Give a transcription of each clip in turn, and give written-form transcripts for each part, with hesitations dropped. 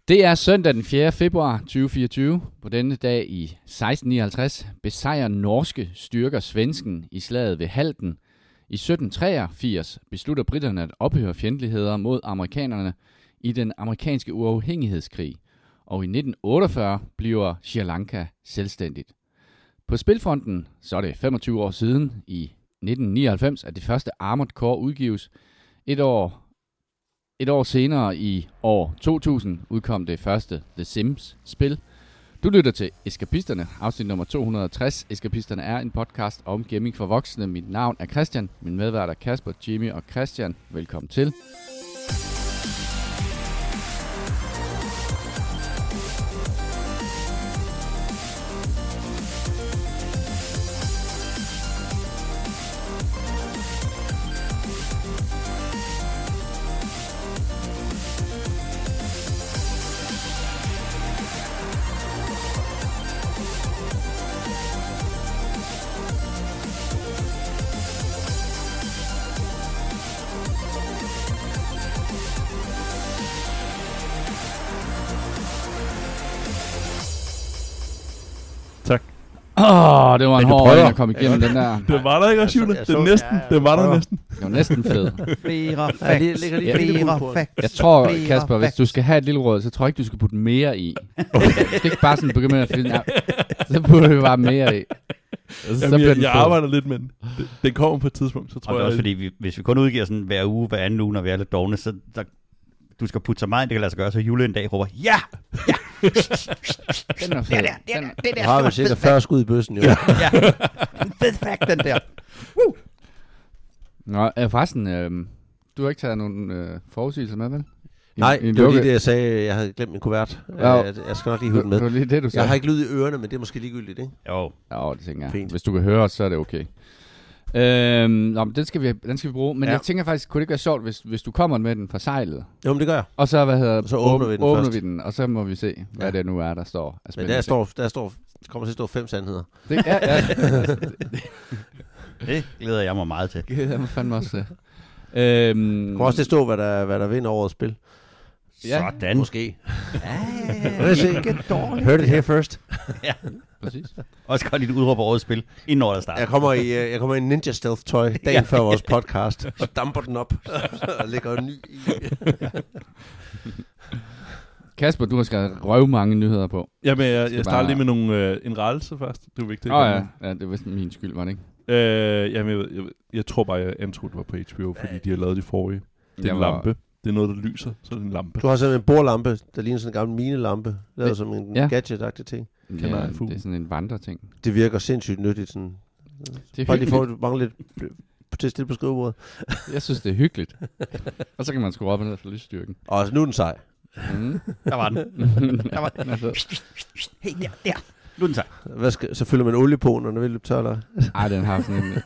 Det er søndag den 4. februar 2024. På denne dag i 1659 besejrer norske styrker svensken i slaget ved Halden. I 1783 beslutter briterne at ophøre fjendtligheder mod amerikanerne i den amerikanske uafhængighedskrig. Og i 1948 bliver Sri Lanka selvstændigt. På spilfronten, så er det 25 år siden, i 1999, at det første Armored Core udgives. Et år senere, i år 2000, udkom det første The Sims-spil. Du lytter til Eskapisterne, afsnit nummer 260. Eskapisterne er en podcast om gaming for voksne. Mit navn er Christian, min medværter er Kasper, Jimmy og Christian. Velkommen til. Det var en hård en at komme igennem den der. Det var der ikke også, Jule? Det var der næsten. Det var næsten fed. Flere facts. Jeg tror, Kasper, hvis du skal have et lille råd, så tror jeg ikke, du skal putte mere i. Okay. Du skal ikke bare sådan begynde med at finde. Så putter du bare mere i. Jeg arbejder lidt med den. Den kommer på et tidspunkt, så tror jeg. Og det er også fordi, hvis vi kun udgiver sådan hver uge, hver anden uge, når vi er lidt dovne, så du skal putte så meget, det kan lade sig gøre, så Jule en dag råber, ja! Den er fed. Det der har vi sikkert 40 skud i bøssen, jo. Ja, en fed fact, den der. Nå, forresten, du har ikke taget nogen forudsigelser med, vel? Nej, det var lige det, jeg sagde. Jeg havde glemt min kuvert. Jeg skal nok lige hive den med. Det var lige det, du sagde. Jeg har ikke lyd i ørerne, men det er måske ligegyldigt, ikke? Jo, det tænker jeg. Fint. Hvis du kan høre os, så er det okay. Men den skal vi bruge. Men jeg tænker faktisk, kunne det ikke være sjovt, hvis du kommer med den fra sejlet? Jo, men det gør jeg. Og så, så åbner vi den og så må vi se, hvad det nu er, der står. Men der kommer til at stå 5 sandheder. Det det glæder jeg mig meget til. Det glæder jeg mig fandme også til. Kommer også til at stå, hvad der vinder årets spil. Ja. Sådan. Måske. Ikke dårligt. Heard it here first. Ja, præcis. Også godt lidt udråb årets spil, inden året starter. Jeg kommer i en Ninja Stealth tøj dagen før vores podcast, og damper den op, og lægger en ny i. Kasper, du har skrevet røvmange nyheder på. Jamen, jeg starter lige med nogle en rettelse først. Det er vigtigt. Ja, det var min skyld, var det ikke? Jamen, jeg tror bare, jeg antog, det var på HBO, fordi de har lavet de forrige. Det er en lampe. Det er noget, der lyser, så er det en lampe. Du har sådan en bordlampe, der ligner sådan en gammel minelampe, lavet som en gadget-agtig ting. Ja, det er sådan en vandreting. Det virker sindssygt nyttigt. Sådan. Bare lige få mange lidt til at stille på skrivebordet. Jeg synes, det er hyggeligt. Og så kan man skrue op og ned for lysstyrken. Og nu er den sej. Der var den. Hey, der. Nu er den sej. Så fylder man olie på, når den vil løbe tør, eller? Ej, den har sådan en...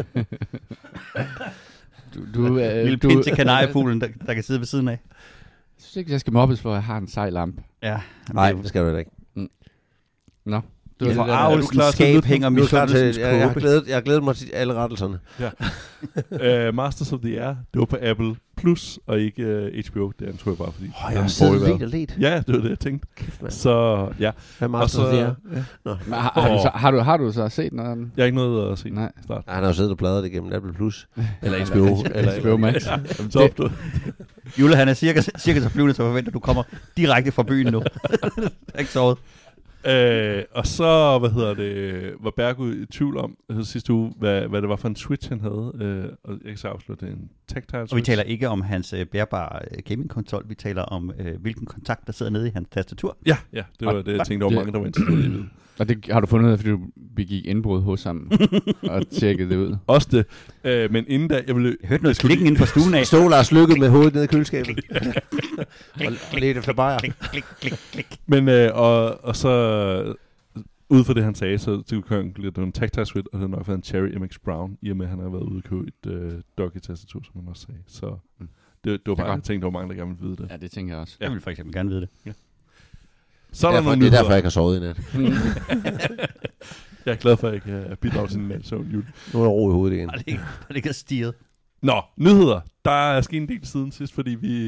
Lille pind til kanariefuglen, der kan sidde ved siden af. Jeg synes ikke, jeg skal mobbes for, at jeg har en sej lampe. Ja. Nej, det skal du da ikke. Nå. Du får arvelskab hænger misundelsens kåbe. Jeg har glædet mig til alle rettelserne. Ja. Masters of the Air, det var på Apple Plus og ikke HBO. Det antog jeg bare, fordi... jeg har siddet lidt. Ja, det var det, jeg tænkte. Kæft, så, ja. Hvad Masters of the Air? Ja. Har du så set noget af den? Jeg har ikke noget at se. Nej. Han har jo siddet og bladret det gennem Apple Plus. Eller HBO. eller HBO Max. Jule, han er cirka så flyvende, så forventer, du kommer direkte fra byen nu. Ikke sovet. Og så, var Bergo i tvivl om sidste uge, hvad det var for en Switch, han havde. Og jeg kan så afsløre, det er en tactile Switch. Og vi taler ikke om hans bærbare gaming-konsol, vi taler om, hvilken kontakt, der sidder nede i hans tastatur. Ja, det var det, jeg tænkte over mange, der var interesseret i det. Og det har du fundet ud af, fordi du begik indbrud hos ham og tjekkede det ud? Også det. Men inden da, jeg hørte noget klikken inden for stuen af. Stod Lars Lykke med hovedet nede i køleskabet. og ledte efter bajer. Klik. Men, og så, ud fra det, han sagde, så kunne jeg lidt en tactile Switch, og det har nok været en Cherry MX Brown, i og med, at han har været ude og købe et docky-tastatur, som han også sagde. Så det var bare, jeg tænkte, der var mange, der gerne ville vide det. Ja, det tænker jeg også. Jeg vil for eksempel gerne vide det. Ja. Så er der det er derfor, jeg ikke har sovet i nat. Jeg er glad for, at jeg kan bidrage til en natsøvn, Jule. Nu er der ro i hovedet igen. Det er ikke stirret. Nå, nyheder. Der er sket en del siden sidst, fordi vi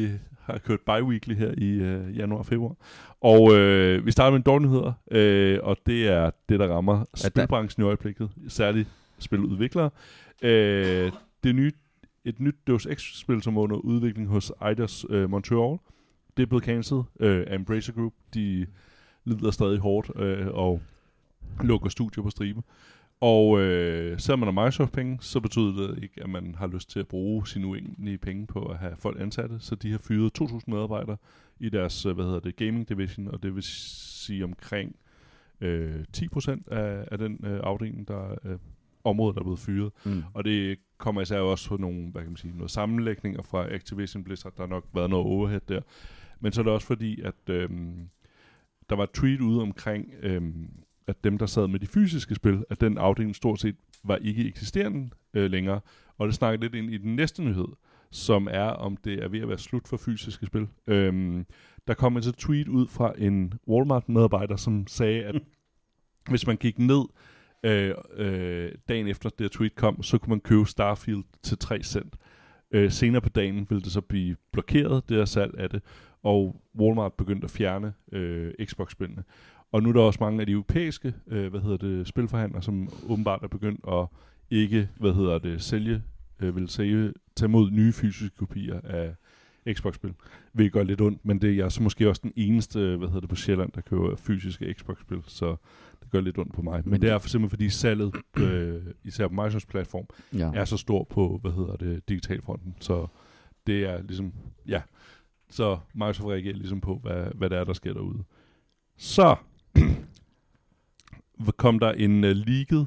har kørt bi-weekly her i januar og februar. Og vi starter med en dårlig nyheder, og det er det, der rammer spilbranchen i øjeblikket, særligt spiludviklere. Det er et nyt Deus Ex-spil, som er under udvikling hos Eidos Montreal. Det er blevet cancelled af Embracer Group. De lider stadig hårdt og lukker studier på stribe. Og selvom man har Microsoft-penge, så betyder det ikke, at man har lyst til at bruge sine uendelige penge på at have folk ansatte. Så de har fyret 2.000 medarbejdere i deres gaming division, og det vil sige omkring 10% af den afdeling, der område, der er blevet fyret. Og det kommer især også på nogle, noget sammenlægninger fra Activision Blizzard. Der har nok været noget overhead der. Men så er det også fordi, at der var et tweet ude omkring, at dem, der sad med de fysiske spil, at den afdeling stort set var ikke eksisterende længere. Og det snakker lidt ind i den næste nyhed, som er, om det er ved at være slut for fysiske spil. Der kom et tweet ud fra en Walmart-medarbejder, som sagde, at hvis man gik ned dagen efter det tweet kom, så kunne man købe Starfield til 3 cent. Senere på dagen ville det så blive blokeret, det her salg af det, og Walmart begyndte at fjerne Xbox-spillene. Og nu er der også mange af de europæiske spilforhandlere, som åbenbart er begyndt at ikke tage imod nye fysiske kopier af Xbox-spil. Hvilket gør lidt ondt, men det er jeg så måske også den eneste på Sjælland, der køber fysiske Xbox-spil, så det gør lidt ondt på mig. Men det er simpelthen fordi salget, især på Microsofts platform, er så stor på digitalfronten, så det er ligesom, så Microsoft reagerer ligesom på, hvad der sker derude. Så kom der en leaget,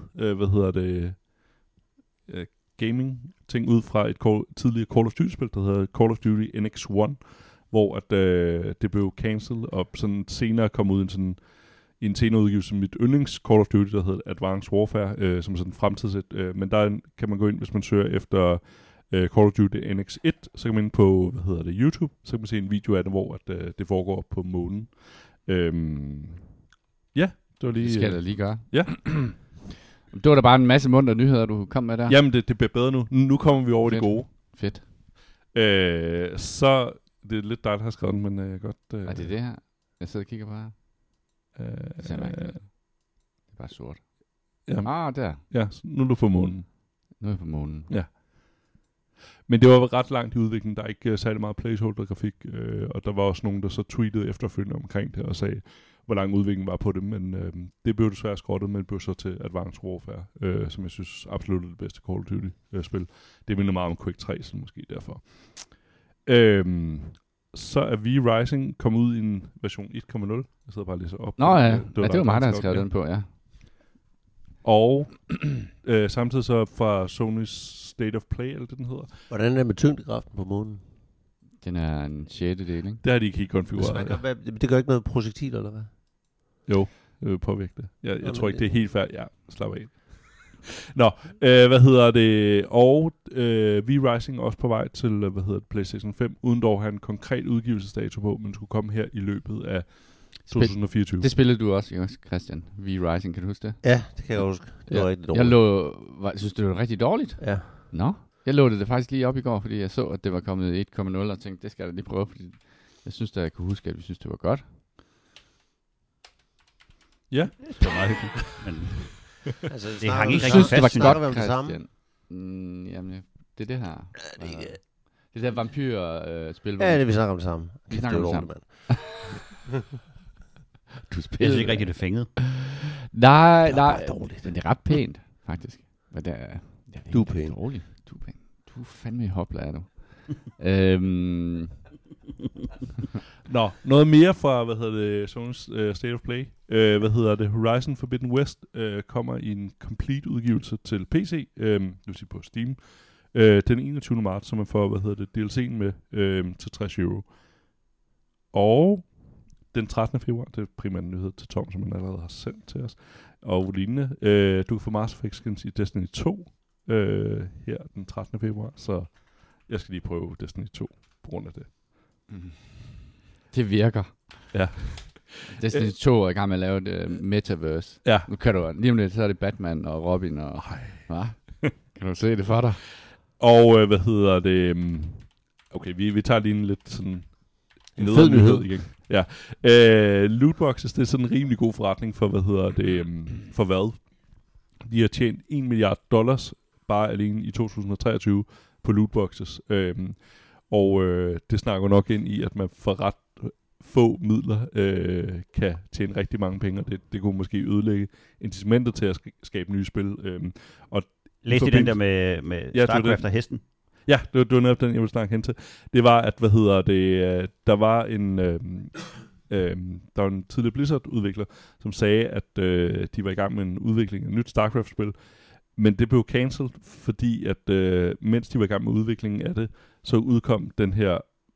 gaming-ting ud fra et tidligere Call of Duty-spil, der hedder Call of Duty NX1, hvor at, det blev cancelled, og sådan senere kom ud i en senere udgivelse som mit yndlings Call of Duty, der hedder Advanced Warfare, som sådan fremtidset. Men der kan man gå ind, hvis man søger efter Call of Duty NX1, så kan man ind på, YouTube, så kan man se en video af det, hvor at, det foregår på månen. Det var lige... Det skal jeg lige gøre. Ja. Det var da bare en masse muntre nyheder, du kom med der. Jamen, det bliver bedre nu. Nu kommer vi over det gode. Fedt. Så det er lidt dig, der har skrevet den, men jeg godt... Er det her? Jeg sidder og kigger på her. Det er bare sort. Ja. Der. Ja, nu er du på månen. Nu er jeg på månen. Ja. Men det var ret langt i udviklingen. Der er ikke særlig meget placeholder-grafik, og der var også nogen, der så tweetede efterfølgende omkring det og sagde, hvor lang udviklingen var på det, men det blev desværre skrottet, men det blev så til Advanced Warfare, som jeg synes absolut er det bedste Call of Duty-spil. Det minder meget om Quake 3, så måske derfor. Så er V-Rising kommet ud i en version 1.0. Jeg sidder bare lige så op. Nå ja, det var mig, der havde skrevet den på, ja. Og samtidig så fra Sony's State of Play, eller det den hedder. Hvordan er det med tyngdekraften på månen? Den er en 6. del, ikke? Det har de ikke helt konfigureret. Det gør ikke noget projektil, eller hvad? Jo, det vil påvirke det. Jeg tror ikke, det er helt færdigt. Ja, slap af. Nå, Og V-Rising er også på vej til, PlayStation 5, uden dog at have en konkret udgivelsesdato på, men skulle komme her i løbet af 2024. Det spillede du også, Christian. V-Rising, kan du huske det? Ja, det kan jeg huske. Det var rigtig dårligt. Synes du, det var rigtig dårligt? Ja. Nå? Jeg lånte det faktisk lige op i går, fordi jeg så, at det var kommet 1.0 og tænkte, det skal jeg da lige prøve, fordi jeg synes, at jeg kunne huske, at vi synes, det var godt. Ja. Det var meget hyggeligt. Men altså, det hang ikke rigtig fast. Det var godt, Christian. Jamen, det er det her. Det der vampyr-spil. Ja, det vi snakker om det samme. Vi snakker om det samme. Du spiller ikke rigtig det fængede. Nej. Men det er ret pænt, faktisk. Men det er du er pæn. Dårligt. Du er pæn. Du er fandme i hopla, er du. Nå, noget mere fra, Sony's State of Play. Horizon Forbidden West kommer i en complete udgivelse til PC, det vil sige på Steam, den 21. marts, som man får, DLC'en med til €60. Og den 13. februar, det er primært en nyhed til Tom, som man allerede har sendt til os, og lignende. Du kan få Mass Effect skins i Destiny 2 her den 13. februar, så jeg skal lige prøve Destiny 2 på grund af det. Det virker. Ja. Destiny 2 er i gang med at lave et metaverse. Ja. Nu kan du lige om lidt, så er det Batman og Robin og... Hva? Kan du se det for dig? Og Okay, vi tager lige en lidt sådan En fed nyhed igen. Ja. Lootboxes, det er sådan en rimelig god forretning for, for Valve. De har tjent $1 milliard bare alene i 2023 på lootboxes. Det snakker nok ind i, at man for ret få midler kan tjene rigtig mange penge, og det kunne måske ødelægge incitamentet til at skabe nye spil. Læste I den der med StarCraft og hesten? Ja, det var netop den, jeg ville snakke hen til. Det var, at der var en tidligere Blizzard-udvikler, som sagde, at de var i gang med en udvikling af et nyt StarCraft-spil, men det blev cancelled, fordi at mens de var i gang med udviklingen af det, så udkom den her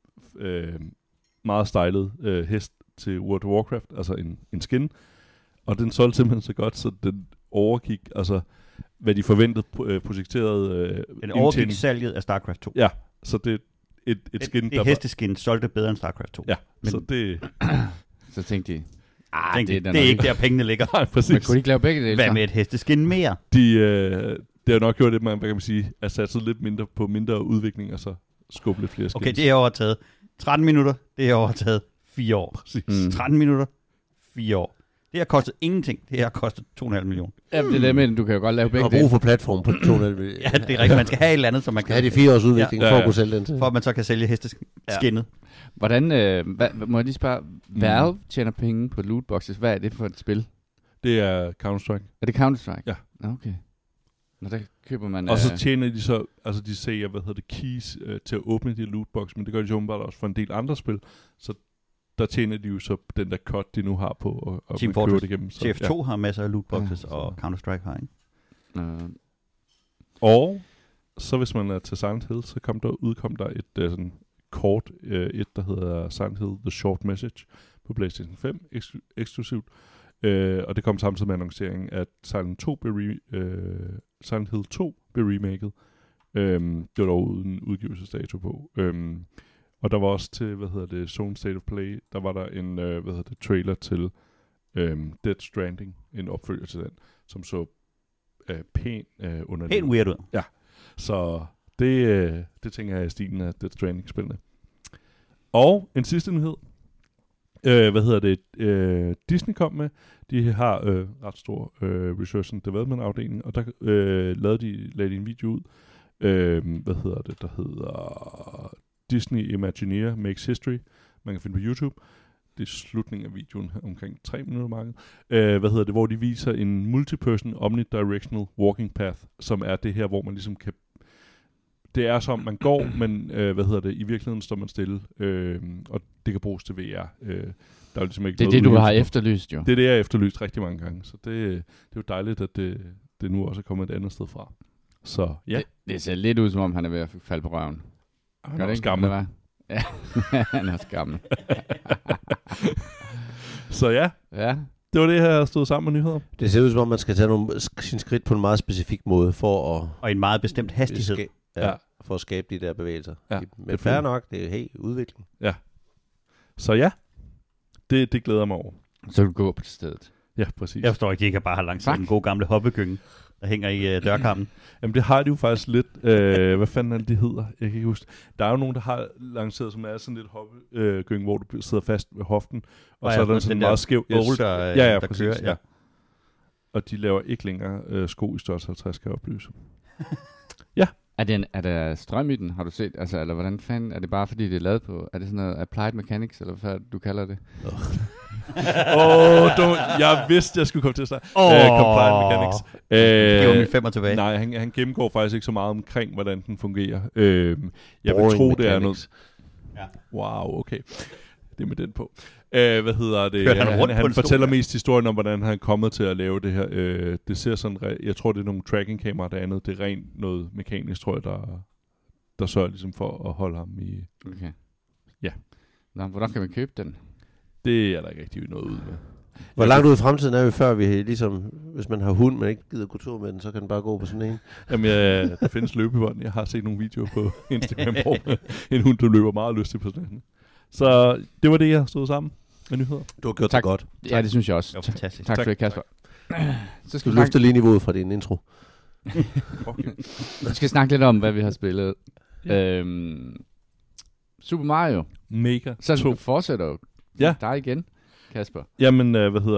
meget stylede hest til World of Warcraft, altså en skin, og den solgte simpelthen så godt, så den overgik, altså hvad de forventede projekterede den overgik salget af StarCraft 2. Ja, så det er et skin, der hesteskin solgte bedre end StarCraft 2. Ja, men så det... så tænkte de... det er ikke der pengene ligger. Nej, præcis. Men kunne de ikke lave begge dele? Hvad med et hesteskin mere? Det har nok gjort det, man, hvad kan man sige, at satset lidt mindre på mindre udvikling, og så skubbe lidt flere skins. Okay, det er overtaget 13 minutter, det er overtaget 4 år. Præcis. 13 minutter, 4 år. Det har kostet ingenting. Det har kostet 2,5 millioner. Jamen, det er det, men du kan jo godt lave begge dele. Og brug for platform på 2,5 millioner. Ja, det er rigtigt. Man skal have et eller andet, så man kan have de 4 års udvikling for at kunne sælge den til. For at man så kan sælge hesteskinnet. Ja. Hvordan, må jeg lige spørge, Valve tjener penge på lootboxes. Hvad er det for et spil? Det er Counter-Strike. Er det Counter-Strike? Ja. Okay. Når der køber man... Og så tjener de så, altså de sælger, keys til at åbne de lootbox, men det gør de jo åbenbart også for en del andre spil. Så der tjener de jo så den der cut, de nu har på at Team køre det igennem. Så, TF2 har masser af lootboxes, og Counter-Strike har, ikke? Og så hvis man er til Silent Hill, så udkom der et sådan kort, der hedder Silent Hill The Short Message på PlayStation 5 eksklusivt. Og det kom samtidig med annonceringen, at Silent Hill 2 blev remaket. Det var dog uden udgivelsesdato på. Og der var også til, Zone State of Play, der var der en, trailer til Death Stranding, en opfølger til den, som så pænt under. Helt weird ud. Ja, så det tænker jeg i stilen af Death Stranding-spillene. Og en sidste nyhed. Disney kom med. De har ret stor research and development afdeling, og der lagde de en video ud. Der hedder Disney Imagineer Makes History. Man kan finde på YouTube. Det er slutningen af videoen, omkring 3 minutter mange. Hvor de viser en multi-person omnidirectional walking path, som er det her, hvor man ligesom kan... Det er som, man går, men i virkeligheden står man stille, og det kan bruges til VR. Der er ligesom ikke det er det, du har efterlyst, jo. Det er det, jeg har efterlyst rigtig mange gange, så det er jo dejligt, at det nu også er kommet et andet sted fra. Så ja. Det ser lidt ud, som om han er ved at falde på røven. Han er også gammel. Ja, han er også gammel. Så ja, det var det her, stod sammen med nyheder. Det ser ud som om, man skal tage sin skridt på en meget specifik måde for at... Og en meget bestemt hastighed. For at skabe de der bevægelser. Ja, men fair nok, det er helt udvikling. Ja. Så ja, det glæder mig over. Så du går på stedet. Ja, præcis. Jeg forstår ikke, at de ikke bare har lanceret en god gamle hoppegynge, der hænger i dørkarmen. Jamen det har de jo faktisk lidt. Hvad fanden er det, de hedder? Jeg kan ikke huske. Der er jo nogen, der har lanceret, som er sådan lidt hoppegynge, hvor du sidder fast ved hoften, og så er der sådan meget skæv. Der præcis, kører, ja. Og de laver ikke længere sko i størrelse 50, kan jeg oplyse. Ja. Er der strøm i den, har du set? Altså, eller hvordan fanden? Er det bare fordi, det er lavet på... Er det sådan noget applied mechanics, eller hvad du kalder det? Jeg vidste, jeg skulle komme til at snakke. Applied mechanics. Det var min 5'er tilbage. Nej, han gennemgår faktisk ikke så meget omkring, hvordan den fungerer. Jeg vil tro, det er noget... Ja. Wow, okay. Det er med den på. Han fortæller mest historien om, hvordan han er kommet til at lave det her. Det ser sådan, jeg tror, det er nogle tracking-kameraer, der andet. Det er rent noget mekanisk, tror jeg, der sørger ligesom for at holde ham i... Okay. Ja. Nå, hvordan kan man købe den? Det er der ikke rigtig noget ud med. Hvor langt ud i fremtiden er vi, før vi ligesom, hvis man har hund, men ikke gider gå tur med den, så kan den bare gå på sådan en? Jamen, der findes løbebånd. Jeg har set nogle videoer på Instagram, hvor en hund, der løber meget lystigt på sådan en. Så det var det, jeg stod sammen med nyheder. Du har gjort det godt. Ja, det synes jeg også. Det var fantastisk. Tak for det, Kasper. Så skal du løfter lige niveauet fra din intro. Okay. Vi skal snakke lidt om, hvad vi har spillet. Super Mario. Maker Så 2. fortsætter jo dig igen, Kasper. Jamen,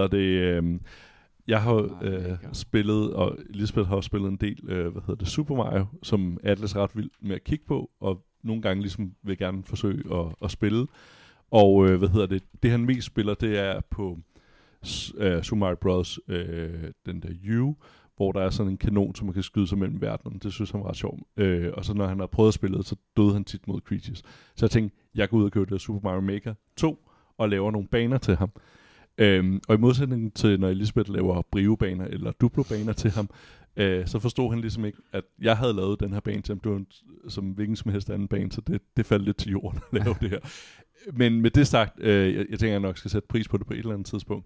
jeg har Maker. spillet, og Elisabeth har også spillet en del, Super Mario, som Atlas er ret vild med at kigge på, og nogle gange ligesom vil gerne forsøge at spille. Og det han mest spiller, det er på Super Mario Bros. Den der U, hvor der er sådan en kanon, som man kan skyde sig mellem verdenerne. Det synes han var ret sjovt. Og så når han har prøvet at spille, så døde han tit mod Creatures. Så jeg tænkte, jeg går ud og køber det Super Mario Maker 2, og laver nogle baner til ham. Og i modsætning til, når Elisabeth laver Brio-baner eller Duplo-baner til ham, så forstod han ligesom ikke, at jeg havde lavet den her bane til ham. Det var som hvilken som helst anden bane, så det faldt lidt til jorden at lave det her. Men med det sagt, jeg tænker, at jeg nok skal sætte pris på det på et eller andet tidspunkt.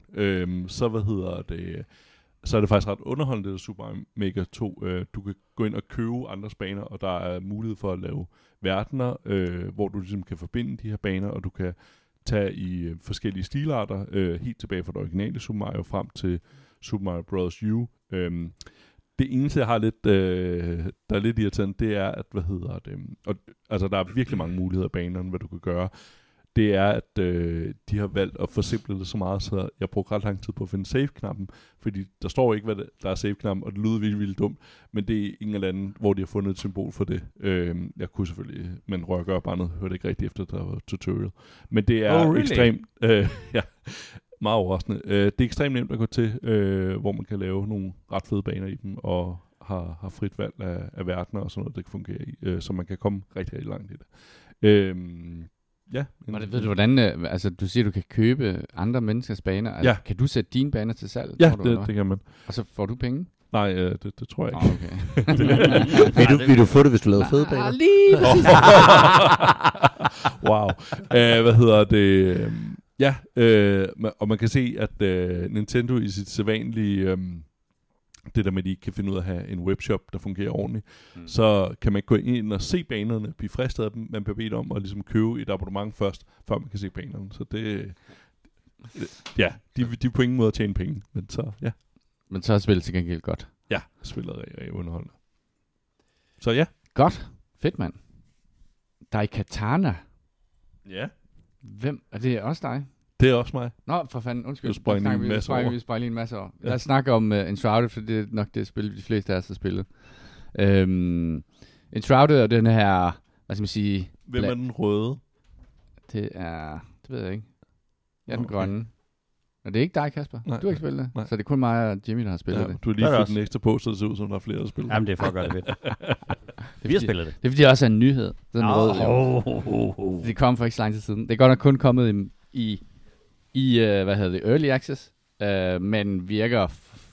Så er det faktisk ret underholdende, det Super Mario Maker 2. Du kan gå ind og købe andres baner, og der er mulighed for at lave verdener, hvor du ligesom kan forbinde de her baner, og du kan tage i forskellige stilarter, helt tilbage fra det originale Super Mario frem til Super Mario Bros. U. Det eneste, jeg har lidt, der er lidt irriterende, det er, at, altså der er virkelig mange muligheder i banerne, hvad du kan gøre. Det er, at de har valgt at forsimple det så meget, så jeg brugte ret lang tid på at finde save-knappen, fordi der står ikke, hvad der er save-knappen, og det lyder virkelig, virkelig dumt, men det er ingen eller anden, hvor de har fundet et symbol for det. Jeg kunne selvfølgelig, men rører bare noget, hørte ikke rigtig efter, der var tutorial. Men det er ekstremt, meget overraskende. Det er ekstremt nemt at gå til, hvor man kan lave nogle ret fede baner i dem, og har frit valg af verdener og sådan noget, det kan fungere i, så man kan komme rigtig, rigtig langt i det. Ja. Ved du hvordan, altså du siger, du kan købe andre menneskers baner. Altså, kan du sætte dine baner til salg? Ja, det kan man. Og så får du penge? Nej, det tror jeg ikke. Okay. Vil du få det, hvis du lavede fede baner? Lige Wow. Og man kan se, at Nintendo i sit sædvanlige... det der med, at de ikke kan finde ud af at have en webshop, der fungerer ordentligt, så kan man gå ind og se banerne, blive fristet af dem, man bliver bedt om at ligesom købe et abonnement først, før man kan se banerne. Så de er på ingen måde at tjene penge, men så, ja. Men så er spillet til gengæld godt. Ja, spillet er underholdende. Så ja. Godt. Fedt, mand. Daikatana. Ja. Hvem? Er det også dig? Det er også mig. Nå, for fanden, undskyld. Du sprang lige en masse over. Vi sprang lige en masse over. Lad os snakke om Enshrouded, for det er nok det spil, de fleste af os har spillet. Enshrouded er den her, hvad skal man sige... Hvem er den røde? Det ved jeg ikke. Jeg er den grønne. Og det er ikke dig, Kasper? Nej, du har ikke spillet det? Nej. Så det er kun mig og Jimmy, der har spillet det. Du har lige fået den ekstra på, så det ser ud som, der er flere, der spiller. Jamen, det er for at gøre det ved. Vi har spillet det. Det er fordi, det også er en nyhed. Den røde. Det kom for ikke så lang tid siden. Det er godt nok kun kommet i Early Access, men virker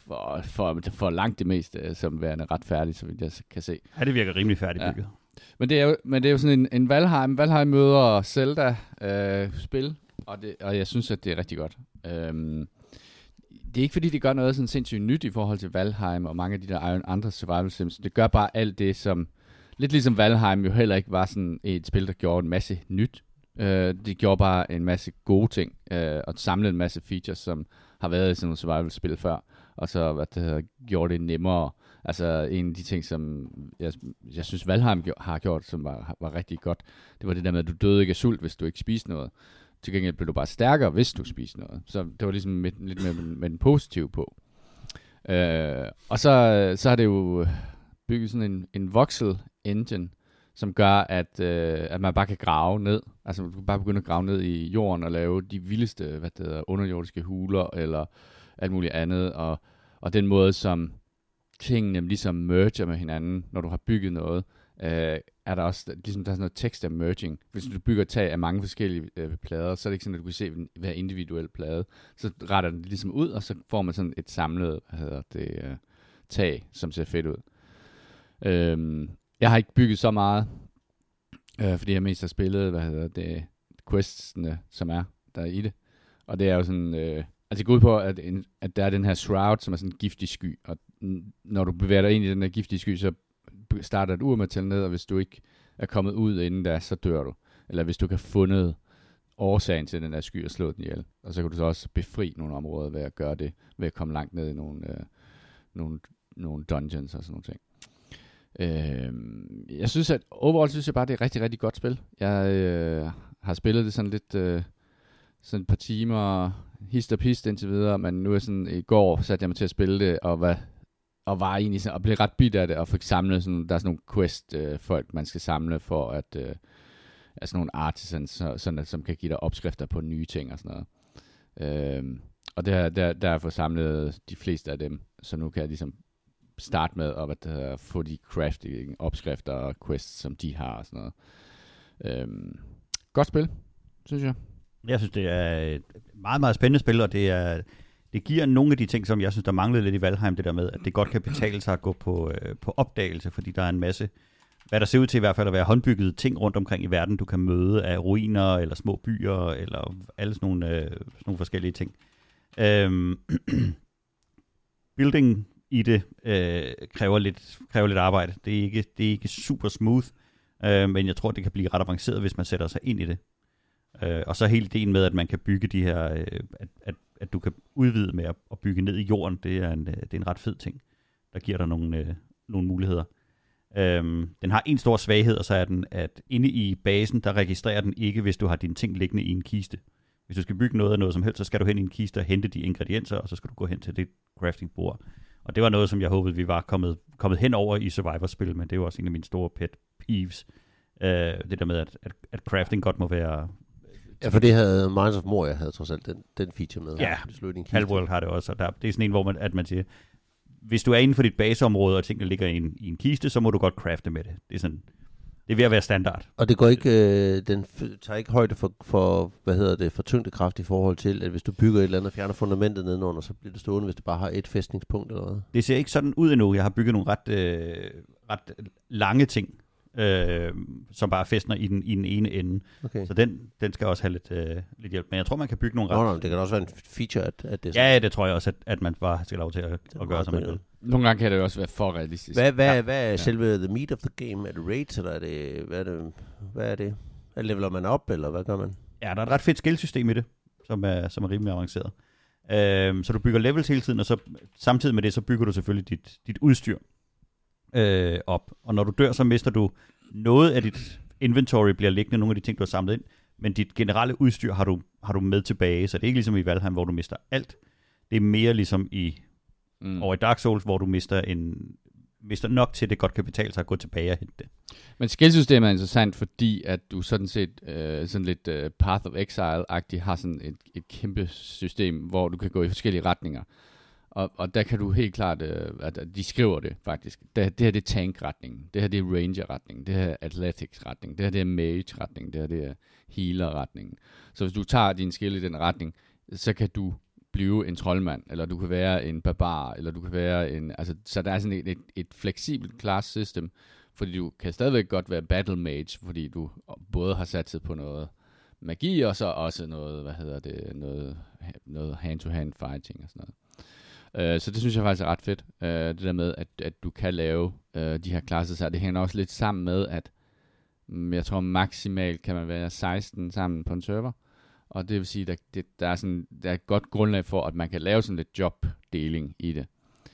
for langt det meste som værende ret færdigt, så vidt jeg kan se. Ja, det virker rimelig færdigbygget. Ja. Men det er jo sådan en Valheim. Valheim møder Zelda spil, og jeg synes, at det er rigtig godt. Det er ikke fordi, det gør noget sådan sindssygt nyt i forhold til Valheim og mange af de der andre survival sims. Det gør bare alt det, som lidt ligesom Valheim jo heller ikke var sådan et spil, der gjorde en masse nyt. Det gjorde bare en masse gode ting, og samlede en masse features, som har været i sådan nogle survival-spil før, og så gjorde det nemmere. Altså en af de ting, som jeg synes Valheim har gjort, som var rigtig godt, det var det der med, at du døde ikke af sult, hvis du ikke spiste noget. Til gengæld blev du bare stærkere, hvis du spiste noget. Så det var ligesom lidt mere med den positive på. Og så har det jo bygget sådan en voxel engine, som gør, at man bare kan grave ned. Altså du kan bare begynde at grave ned i jorden og lave de vildeste underjordiske huler eller alt muligt andet. Og den måde, som tingene ligesom merger med hinanden, når du har bygget noget, er der også ligesom der er sådan noget text af merging. Hvis du bygger tag af mange forskellige plader, så er det ikke sådan, at du kan se hver individuel plade. Så retter den ligesom ud, og så får man sådan et samlet tag, som ser fedt ud. Jeg har ikke bygget så meget, fordi jeg mest har spillet, questene, som er der i det. Og det er jo sådan, altså det går ud på, at der er den her shroud, som er sådan en giftig sky, og når du bevæger dig ind i den her giftige sky, så starter et ur med at tælle ned, og hvis du ikke er kommet ud inden da, så dør du. Eller hvis du kan have fundet årsagen til den der sky og slå den ihjel. Og så kan du så også befri nogle områder ved at gøre det, ved at komme langt ned i nogle dungeons og sådan nogle ting. Jeg synes, at overall synes jeg bare, det er et rigtig, rigtig godt spil. Jeg har spillet det sådan lidt sådan et par timer, hist og pist indtil videre, men nu er sådan, i går satte jeg mig til at spille det, og var egentlig sådan, og blev ret bidt af det, og fik samlet sådan, der er sådan nogle quest-folk, man skal samle for at, altså nogle artisans, sådan, som kan give dig opskrifter på nye ting og sådan noget. Og der har jeg fået samlet de fleste af dem, så nu kan jeg ligesom starte med at få de crafting opskrifter og quests, som de har og sådan noget. Godt spil, synes jeg. Jeg synes, det er et meget, meget spændende spil, og det giver nogle af de ting, som jeg synes, der manglede lidt i Valheim, det der med, at det godt kan betale sig at gå på opdagelse, fordi der er en masse, hvad der ser ud til i hvert fald at være håndbyggede ting rundt omkring i verden, du kan møde af ruiner, eller små byer, eller alle sådan nogle forskellige ting. Building i det kræver lidt arbejde. Det er ikke super smooth, men jeg tror, det kan blive ret avanceret, hvis man sætter sig ind i det. Og så hele ideen med, at man kan bygge de her, at du kan udvide med at bygge ned i jorden, det er en ret fed ting, der giver dig nogle muligheder. Den har en stor svaghed, og så er den, at inde i basen, der registrerer den ikke, hvis du har dine ting liggende i en kiste. Hvis du skal bygge noget som helst, så skal du hen i en kiste og hente de ingredienser, og så skal du gå hen til det crafting-bord. Og det var noget, som jeg håbede, vi var kommet hen over i Survivor-spil, men det er jo også en af mine store pet peeves. Det der med, at crafting godt må være... Ja, for det havde Mines of Moria havde trods alt den feature med. Ja, Palworld har det også, og det er sådan en, hvor man siger, hvis du er inden for dit baseområde, og tingene ligger i en kiste, så må du godt crafte med det. Det er sådan... Det er ved at være standard. Og det går ikke, den tager ikke højde for tyngdekraft i forhold til, at hvis du bygger et eller andet og fjerner fundamentet nedenunder, så bliver det stående, hvis det bare har et fæstningspunkt eller noget. Det ser ikke sådan ud endnu. Jeg har bygget nogle ret lange ting, som bare fæstner i den ene ende. Okay. Så den skal også have lidt hjælp. Men jeg tror, man kan bygge nogle ret... Det kan også være en feature, at det... Ja, det tror jeg også, at man bare skal lov til at gøre, som man vil. Nogle gange kan det jo også være for realistisk. Hvad er selve the meat of the game? Er det raids, eller er det... Hvad er det? Leveler man op, eller hvad gør man? Ja, der er et ret fedt skillsystem i det, som er rimelig avanceret. Så du bygger levels hele tiden, og så samtidig med det, så bygger du selvfølgelig dit udstyr op. Og når du dør, så mister du noget af dit inventory, bliver liggende, nogle af de ting, du har samlet ind, men dit generelle udstyr har du med tilbage, så det er ikke ligesom i Valheim, hvor du mister alt. Det er mere ligesom over i Dark Souls, hvor du mister nok til, det godt kan betale sig at gå tilbage og hente det. Men skillsystemet er interessant, fordi at du sådan set sådan lidt Path of Exile-agtigt har sådan et kæmpe system, hvor du kan gå i forskellige retninger. Og der kan du helt klart, at de skriver det faktisk. Det her det er tank-retningen, det her det er ranger-retningen, det her er athletics-retningen, det her det er mage-retningen, det her det er healer-retningen. Så hvis du tager din skill i den retning, så kan du blive en troldmand, eller du kan være en barbar, eller du kan være en... Altså, så der er sådan et fleksibelt class system, fordi du kan stadigvæk godt være battle mage, fordi du både har satset på noget magi, og så også noget, noget hand-to-hand fighting og sådan noget. Så det synes jeg faktisk er ret fedt, det der med, at du kan lave de her classes her. Det hænger også lidt sammen med, at jeg tror maksimalt kan man være 16 sammen på en server, og det vil sige, at der er et godt grundlag for, at man kan lave sådan lidt jobdeling i det.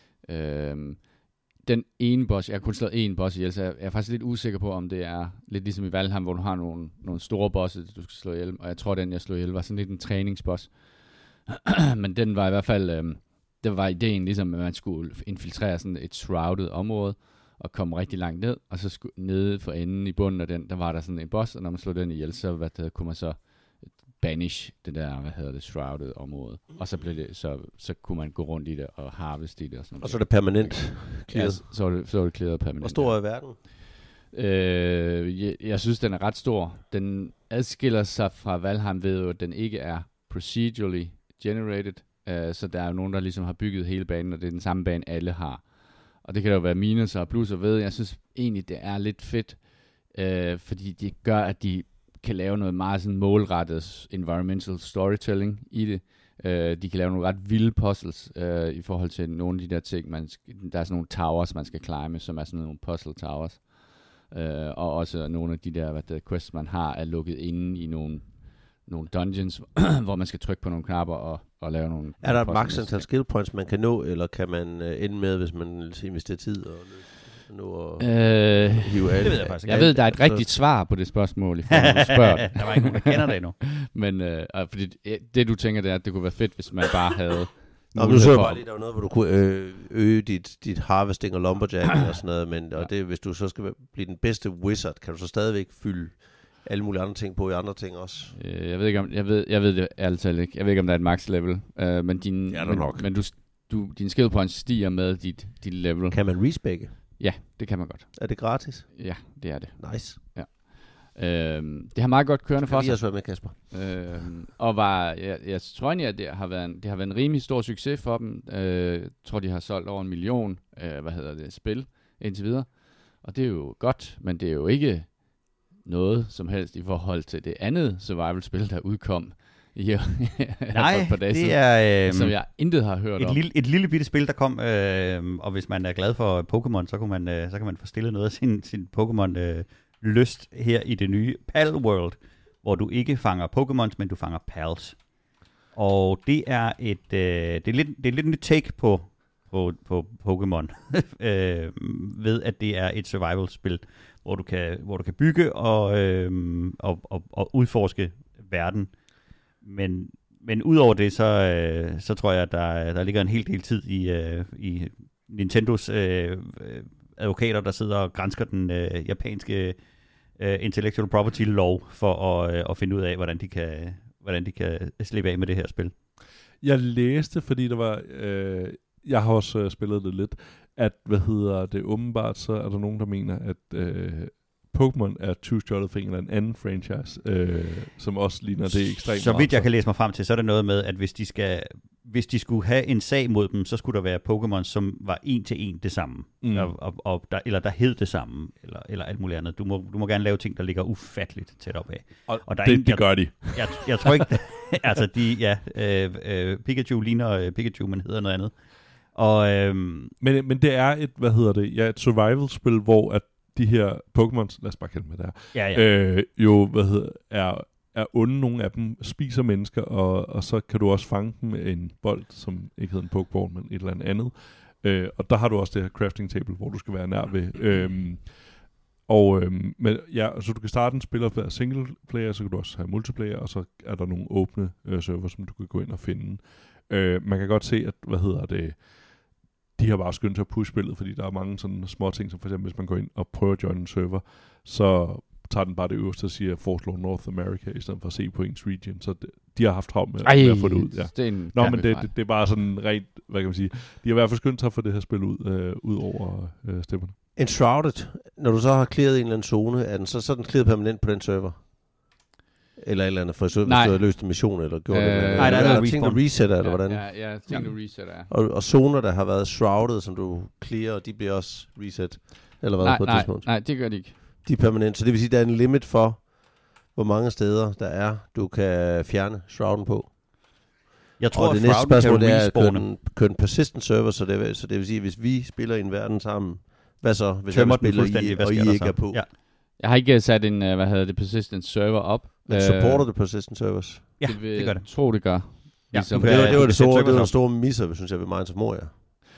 Den ene boss, jeg har kun slået én boss ihjel, så jeg er faktisk lidt usikker på, om det er lidt ligesom i Valheim, hvor du har nogle store bosses, du skal slå ihjel, og jeg tror, den jeg slog ihjel var sådan lidt en træningsboss. Men den var i hvert fald... Det var ideen ligesom, at man skulle infiltrere sådan et shrouded område, og komme rigtig langt ned, og så nede for enden i bunden af den, der var der sådan en boss, og når man slog den ihjel, så kunne man så banish det der, shrouded område. Og så blev det, så kunne man gå rundt i det og harvest i det og sådan noget. Og så er det permanent cleared. Ja, så er det cleared permanent. Hvor stor er verden? Jeg synes, den er ret stor. Den adskiller sig fra Valheim ved, at den ikke er procedurally generated. Så der er jo nogen, der ligesom har bygget hele banen, og det er den samme bane, alle har. Og det kan jo være minus og plus og ved. Jeg synes egentlig, det er lidt fedt, fordi det gør, at de kan lave noget meget sådan målrettet environmental storytelling i det. De kan lave nogle ret vilde puzzles i forhold til nogle af de der ting. Der er sådan nogle towers, man skal climbe, som er sådan nogle puzzle towers. Og også nogle af de der quests, man har, er lukket inde i nogle dungeons, hvor man skal trykke på nogle knapper og lave nogle... Er der et max antal skill points, man kan nå, eller kan man ende med, hvis man investerer tid? nu at Det hive alle? ved jeg faktisk ikke. Jeg ved, der er et rigtigt svar på det spørgsmål, i forhold til, at du spørger. Der var ikke nogen, der kender det endnu. Men fordi det, du tænker, det er, at det kunne være fedt, hvis man bare havde... Nå, nu så jeg bare lige, der var noget, hvor du kunne øge dit harvesting og lumberjacking og sådan noget, men og det, hvis du så skal blive den bedste wizard, kan du så stadigvæk fylde alle mulige andre ting på i andre ting også? Jeg ved ikke om, jeg ved det ærligt talt ikke. Jeg ved ikke, om der er et max level, men din skill points stiger med dit level. Kan man respecke? Ja, det kan man godt. Er det gratis? Ja, det er det. Nice. Ja. Det har meget godt kørende for sig. Jeg også være med, Kasper. Og jeg tror egentlig, at det har været en rimelig stor succes for dem. Jeg tror, de har solgt over 1 million spil indtil videre. Og det er jo godt, men det er jo ikke noget som helst i forhold til det andet survival-spil, der udkom Nej, for dage det siden, er... som jeg intet har hørt om. Et lille bitte spil, der kom, og hvis man er glad for Pokémon, så kan man få stillet noget af sin Pokémon-lyst her i det nye Pal World, hvor du ikke fanger Pokémons, men du fanger Pals. Og det er det er lidt nyt take på Pokémon, ved at det er et survival-spil, hvor du kan bygge og udforske verden. Men udover det, så tror jeg, at der ligger en hel del tid i Nintendos advokater, der sidder og gransker den japanske intellectual property lov for at finde ud af, hvordan de kan slippe af med det her spil. Jeg læste, fordi der var... jeg har også spillet det lidt, at, åbenbart, så er der nogen, der mener, at Pokémon er tyvstjålet for en eller anden franchise, som også ligner det ekstremt. Så vidt jeg kan læse mig frem til, så er det noget med, at hvis de skulle have en sag mod dem, så skulle der være Pokémon, som var en til en det samme, eller der hed det samme, eller alt muligt andet. Du må gerne lave ting, der ligger ufatteligt tæt op af. Og det gør de. Jeg tror ikke, altså Pikachu ligner Pikachu, men hedder noget andet. Og, men det er et survival-spil, hvor at de her Pokémons, lad os bare kalde dem det er onde. Nogle af dem spiser mennesker, og så kan du også fange dem med en bold, som ikke hedder en Pokéball, men et eller andet. Og der har du også det her crafting table, hvor du skal være nær ved. Så du kan starte en spiller for single player, så kan du også have multiplayer, og så er der nogle åbne server, som du kan gå ind og finde. Man kan godt se, at de har bare skyndt til at pushe spillet, fordi der er mange sådan små ting, som for eksempel, hvis man går ind og prøver at join en server, så tager den bare det øverste og siger, foreslår North America, i stedet for at se på ens region. Så de har haft travlt med at få det ud. Ja. Men det er bare sådan rent, hvad kan man sige, de har i hvert fald skyndt til at få det her spil ud over stemmerne. Enshrouded, når du så har clearet en eller anden zone, er den så er den clearet permanent på den server? Eller et eller andet, for hvis du har løst en mission, eller gjort det med. Nej, der er ting, der resetter, eller hvordan? Ja, ting, der resetter, ja. Og zoner, der har været shrouded, som du clearer, de bliver også reset, eller hvad på et tidspunkt? Nej, det gør de ikke. De er permanent, så det vil sige, der er en limit for, hvor mange steder der er, du kan fjerne shrouden på. Jeg tror, og det næste spørgsmål er at køre en persistent server, så det vil sige, hvis vi spiller i en verden sammen, hvad så, hvis jeg spiller i, og I ikke er på? Ja. Jeg har ikke sat en, persistent server op. Men supporter det persistent servers? Ja, det gør det. Jeg tror, det gør. Ligesom. Ja, det var det store misser, synes jeg, ved Minds of Moria.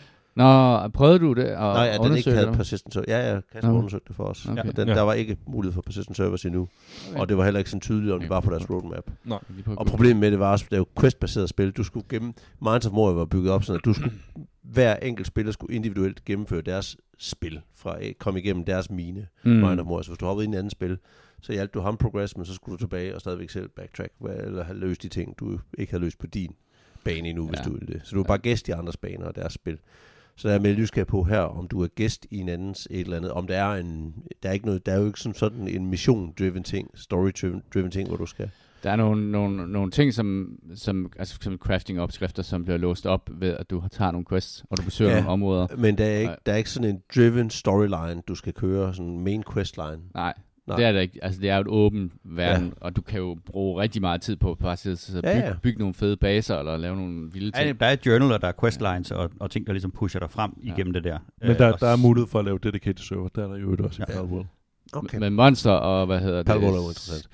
Nå, prøvede du det? Nej, at den ikke havde persistent server. Ja, Kasper undersøgte det for os. Okay. Der var ikke mulighed for persistent servers endnu. Okay. Og det var heller ikke sådan tydeligt, om de var på deres roadmap. Nej. Og problemet med det var også, det er jo quest-baseret spil. Du skulle gennem Minds of Moria var bygget op sådan, at hver enkelt spiller skulle individuelt gennemføre deres spil, fra at komme igennem deres mine. Minds of Moria. Så hvis du hoppede ind i et andet spil, så hjalp du ham progress, men så skulle du tilbage og stadigvæk selv backtrack, eller have løst de ting, du ikke havde løst på din bane endnu, hvis du ville det. Så du var bare gæst i andres baner og deres spil. Så jeg er med nysgerrig på her, om du er gæst i en andens et eller andet, om der er der er jo ikke sådan en mission-driven ting, story-driven ting, hvor du skal. Der er nogle ting, som crafting-opskrifter, som bliver låst op ved, at du tager nogle quests, og du besøger nogle områder. Men der er ikke sådan en driven storyline, du skal køre, sådan en main questline. Nej. Det er det ikke. Altså, det er jo et åben verden, og du kan jo bruge rigtig meget tid på at bygge nogle fede baser, eller lave nogle vilde ting. Ja, der er journal, og der er questlines, og ting, der ligesom pusher dig frem igennem det der. Men der er mulighed for at lave dedicated server. Der er der jo også i Palworld. Okay. Men monster og, Palworld er jo interessant.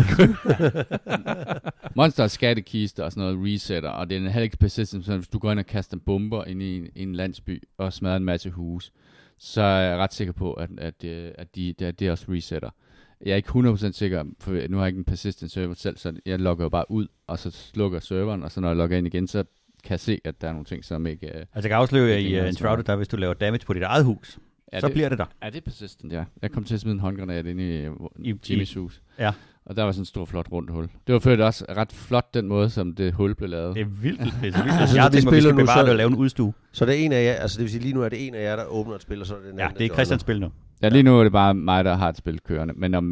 Monster og skattekister og sådan noget resetter, og det er heller ikke persistent, så hvis du går ind og kaster bomber ind i en landsby, og smadrer en masse hus, så er jeg ret sikker på, at det også resetter. Jeg er ikke 100% sikker, for nu har jeg ikke en persistent server selv, så jeg logger jo bare ud, og så slukker serveren, og så når jeg logger ind igen, så kan jeg se, at der er nogle ting, som ikke... Altså jeg kan afsløre i Enshrouded, der hvis du laver damage på dit eget hus, så bliver det der. Er det persistent, ja. Jeg kom til at smide en håndgranat inde i Jimmys hus. Ja. Og der var sådan en stor, flot rundt hul. Det var ført også ret flot, den måde, som det hul blev lavet. Det er vildt. Jeg har tænkt mig, vi skal bevare og lave en udstue. Så det er en af jer, altså det vil sige, lige nu er det en af jer, der åbner et spil, og så er det den anden, det er Christians spil nu. Ja, lige nu er det bare mig, der har et spil kørende. Men om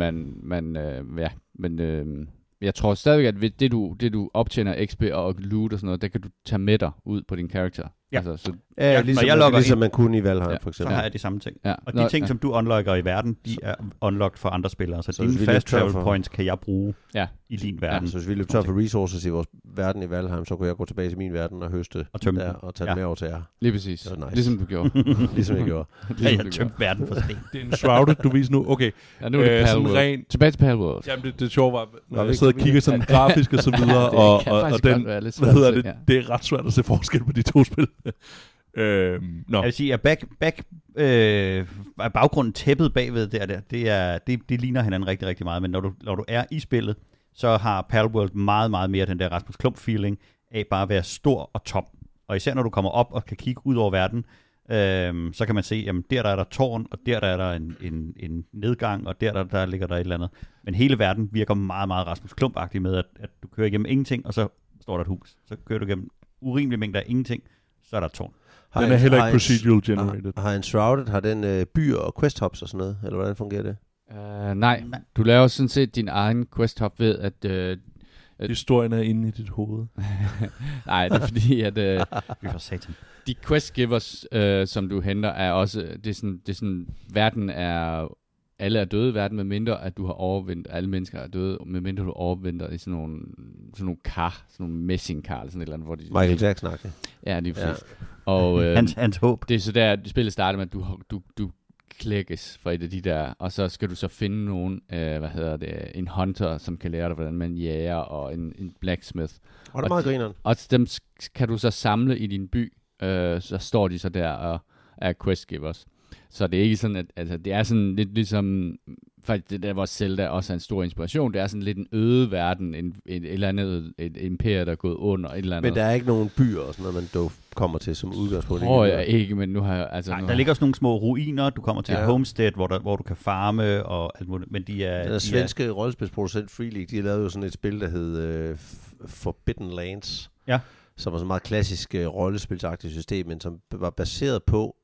jeg tror stadigvæk, at det du optjener XP og loot og sådan noget, det kan du tage med dig ud på din karakter. Ja. Altså, så ligesom man kunne i Valheim, for eksempel. Så har jeg de samme ting. Ja. Og de ting, som du unlocker i verden, de er unlocked for andre spillere. Så dine fast travel points kan jeg bruge i din verden. Ja, så hvis vi løber tør for resources i vores verden i Valheim, så kunne jeg gå tilbage til min verden og høste og tømme der, og tage det med over til jer. Lige præcis. Det nice. Ligesom du gjorde. Ligesom jeg gjorde. Jeg tømte verden for sten. Det er en Shrouded, du viser nu. Okay. Ja, nu er det Palworld. Tilbage til Palworld. Jamen, det sjove var, når jeg sidder og kigger sådan grafisk og så videre, og den, hvad hedder det, det er ret svært at se forskel på de to spil. Jeg vil sige, at baggrunden tæppet bagved det ligner hinanden rigtig, rigtig meget, men når du er i spillet, så har Palworld meget, meget mere den der Rasmus Klump-feeling af bare at være stor og tom. Og især når du kommer op og kan kigge ud over verden, så kan man se, jamen der er der tårn, og der er der en nedgang, og der ligger der et eller andet. Men hele verden virker meget, meget Rasmus Klump-agtig med, at du kører igennem ingenting, og så står der et hus. Så kører du igennem urimelig mængder af ingenting, så er der et tårn. Den er heller ikke procedural generated. Har Enshrouded, har den byer og quest hubs og sådan noget? Eller hvordan fungerer det? Nej, du laver sådan set din egen quest hub ved, at historien er inde i dit hoved. Nej, det er fordi, at vi får satan. De quest givers, som du henter, er også, det er sådan, verden er, alle er døde i verden, medmindre at du har overvindet, alle mennesker er døde, medmindre du overvinder i sådan nogle kar, sådan nogle messingkar, eller sådan et eller andet, hvor de... Michael Jackson-agtigt. Ja, det er præcis. Ja. Og hans håb. Det er så der, spillet starter med, at du klækkes fra et af de der, og så skal du så finde nogen, en hunter, som kan lære dig, hvordan man jager, og en blacksmith. Og det er meget grineren. Og dem kan du så samle i din by, så står de så der og er quest givers. Så det er ikke sådan, at altså, det er sådan lidt ligesom, faktisk det der, hvor Zelda også er en stor inspiration, det er sådan lidt en øde verden, et eller andet, et imperium, der er gået under, et eller andet. Men der er ikke nogen byer og sådan noget, man dog kommer til som udgangspunkt? Ikke, men nu har jeg... Altså, nej, der ligger også nogle små ruiner, du kommer til et homestead, hvor du kan farme, og alt muligt, men de er... Den svenske rollespilsproducent Free League, de har lavet jo sådan et spil, der hed Forbidden Lands. Ja. Som var sådan et meget klassisk rollespilsagtigt system, men som var baseret på,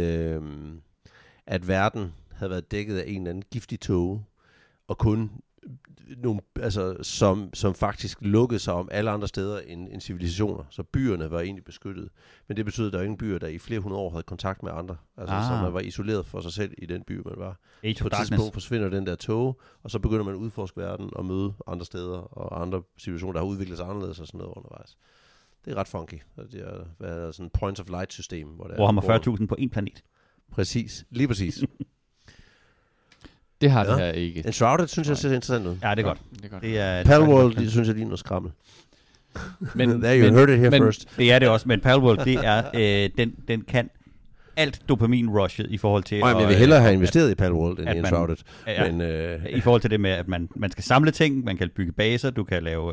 at verden havde været dækket af en eller anden giftig tåge, og kun nogle, altså, som faktisk lukkede sig om alle andre steder end civilisationer. Så byerne var egentlig beskyttet. Men det betød, at der var ingen byer, der i flere hundrede år havde kontakt med andre. Altså, så man var isoleret for sig selv i den by, man var. På et tidspunkt forsvinder den der tåge, og så begynder man at udforske verden og møde andre steder og andre civilisationer, der har udviklet sig anderledes og sådan noget undervejs. Det er ret funky. Det har været sådan et point of light system. Hvor har man 40.000 på en planet. Præcis. Lige præcis. Det har det her ikke. Enshrouded synes jeg ser interessant ud. Ja, det er godt. Det er Palworld, det synes jeg lige noget skrammel. Men there you heard it here first. Det er det også, men Palworld, det er, den kan alt dopamin-rushet i forhold til... Jeg vil hellere have investeret i Palworld end i Enshrouded. Men, i forhold til det med, at man skal samle ting, man kan bygge baser, du kan lave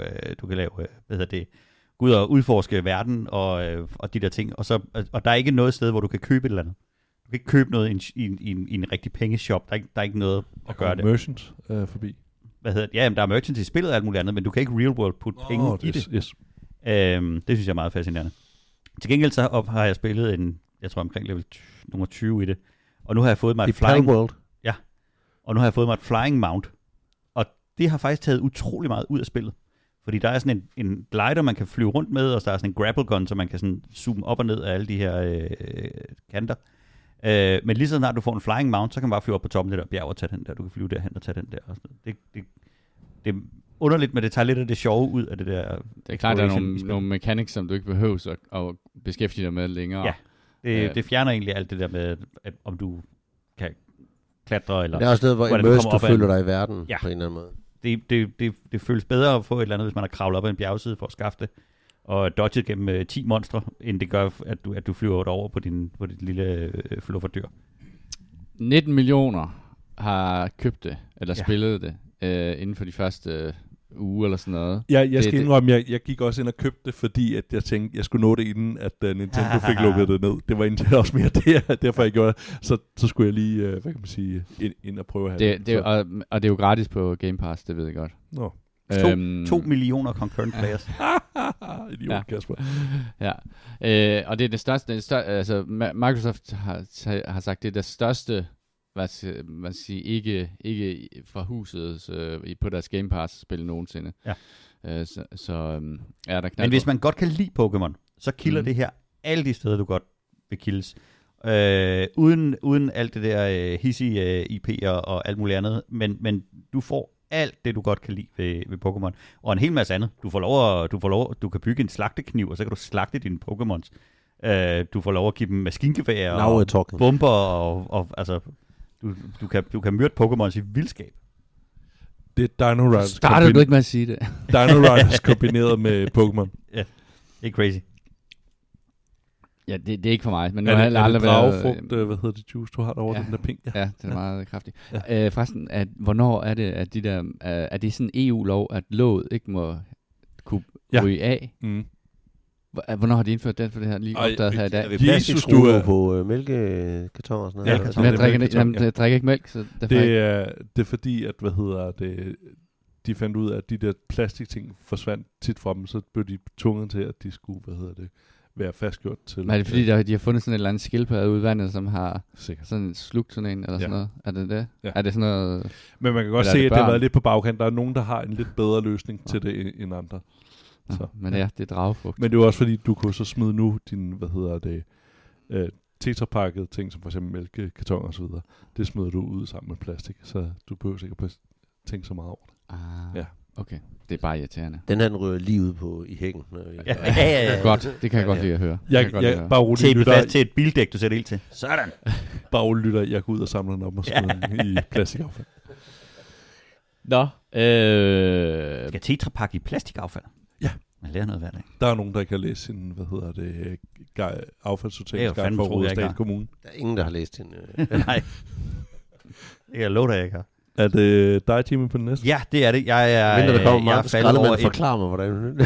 gå ud og udforske verden og de der ting. Og der er ikke noget sted, hvor du kan købe et eller andet. Du kan ikke købe noget i en rigtig pengeshop. Der er ikke noget at gøre det. Der er merchants forbi. Ja, der er merchants i spillet og alt muligt andet, men du kan ikke real world putte penge i det. Yes. Det synes jeg er meget fascinerende. Til gengæld så har jeg spillet jeg tror omkring level nummer 20 i det. Og nu har jeg fået mig et flying... World. Ja. Og nu har jeg fået mig et flying mount. Og det har faktisk taget utrolig meget ud af spillet. Fordi der er sådan en glider, man kan flyve rundt med, og der er sådan en grapple gun, så man kan sådan zoome op og ned af alle de her kanter. Men lige så snart du får en flying mount, så kan man bare flyve op på toppen af det der bjerg og tage den der. Du kan flyve derhen og tage den der. Det er underligt, men det tager lidt af det sjove ud af det der. Det er klart, der er nogle mechanics, som du ikke behøver at beskæftige dig med længere. Ja, det fjerner egentlig alt det der med, at om du kan klatre, eller... Det er også noget, hvor immersed du føler dig i verden på en eller anden måde. Det føles bedre at få et eller andet, hvis man har kravlet op ad en bjergside for at skaffe det, og dodget gennem 10 monstre, end det gør, at du flyver over på dit lille flufferdyr. 19 millioner har købt det, eller spillet det, inden for de første uge eller sådan noget. Jeg skal indrømme, jeg gik også ind og købte det, fordi at jeg tænkte, jeg skulle nå det inden, at Nintendo fik lukket det ned. Det var egentlig også mere det, derfor jeg gjorde det. Så skulle jeg lige, hvad kan man sige, ind og prøve at have det. Og det er jo gratis på Game Pass, det ved jeg godt. Nå. 2 millioner concurrent players. Idiot, Kasper. Ja. Og det er det største, altså Microsoft har sagt, det er det største, hvad siger, ikke fra huset på deres Game Pass-spil nogensinde. Ja. Så er der knald. Men hvis man godt kan lide Pokémon, så kilder det her alle de steder, du godt vil kildes. Uden alt det der hissige IP'er og alt muligt andet. Men du får alt det, du godt kan lide ved Pokémon. Og en hel masse andet. Du kan bygge en slagtekniv, og så kan du slagte dine Pokémons. Du får lov at give dem maskingevær og bomber, og altså, du kan myrde Pokémons i vildskab. Det er Dino Riders. Starter du ikke med at sige det? Dino Riders kombineret med Pokémon. Ja, det er crazy. Ja, det er ikke for mig. Men nu er har det aldrig dragefrugt, hvad hedder det, juice, du har derovre, den der pink? Ja, det er meget kraftigt. Forresten, hvornår er det, at de der, er det sådan en EU-lov, at låget ikke må kunne ryge af? Mm. Hvornår har de indført den for det her lige opdaget her i dag? Jesus, du er på mælkekarton og sådan noget. Ja, jeg drikker ikke mælk, så det er fordi, at de fandt ud af, at de der plastikting forsvandt tit fra dem, så blev de tvunget til, at de skulle, være fastgjort til. Men er det fordi, de har fundet sådan en eller anden skildpadde ude i vandet, som har sådan slugt sådan en, eller sådan noget? Er det det? Ja. Er det sådan noget? Men man kan godt se, at det har været lidt på bagkant. Der er nogen, der har en lidt bedre løsning til det end andre. Så. Men ja, det er dragefrugt. Men det er også fordi, du kunne så smide nu din, tetrapakket ting, som for eksempel mælkekarton og så videre. Det smider du ud sammen med plastik, så du behøver sikkert at tænke så meget over det. Ja. Okay. Det er bare irriterende. Den her, den rører lige ud i hækken. Ja. Godt, det kan jeg godt lide at høre. Jeg bare roligt lytter. Fast til et bildæk, du sætter ild til. Sådan. Bare roligt lytter, jeg går ud og samler den op og smider den i plastikaffald. Nå. Skal tetrapakke i plastikaffald? Ja. Man lærer noget hver dag. Der er nogen, der kan læse sin, affaldssorteringsguide for Rudersdal Kommune. Der er ingen, der har læst sin. Nej. Det er lov, der jeg ikke har. Er det dig, Jimmy, på den næste? Ja, det er det. Der kommer meget skraldemand, forklare mig, hvordan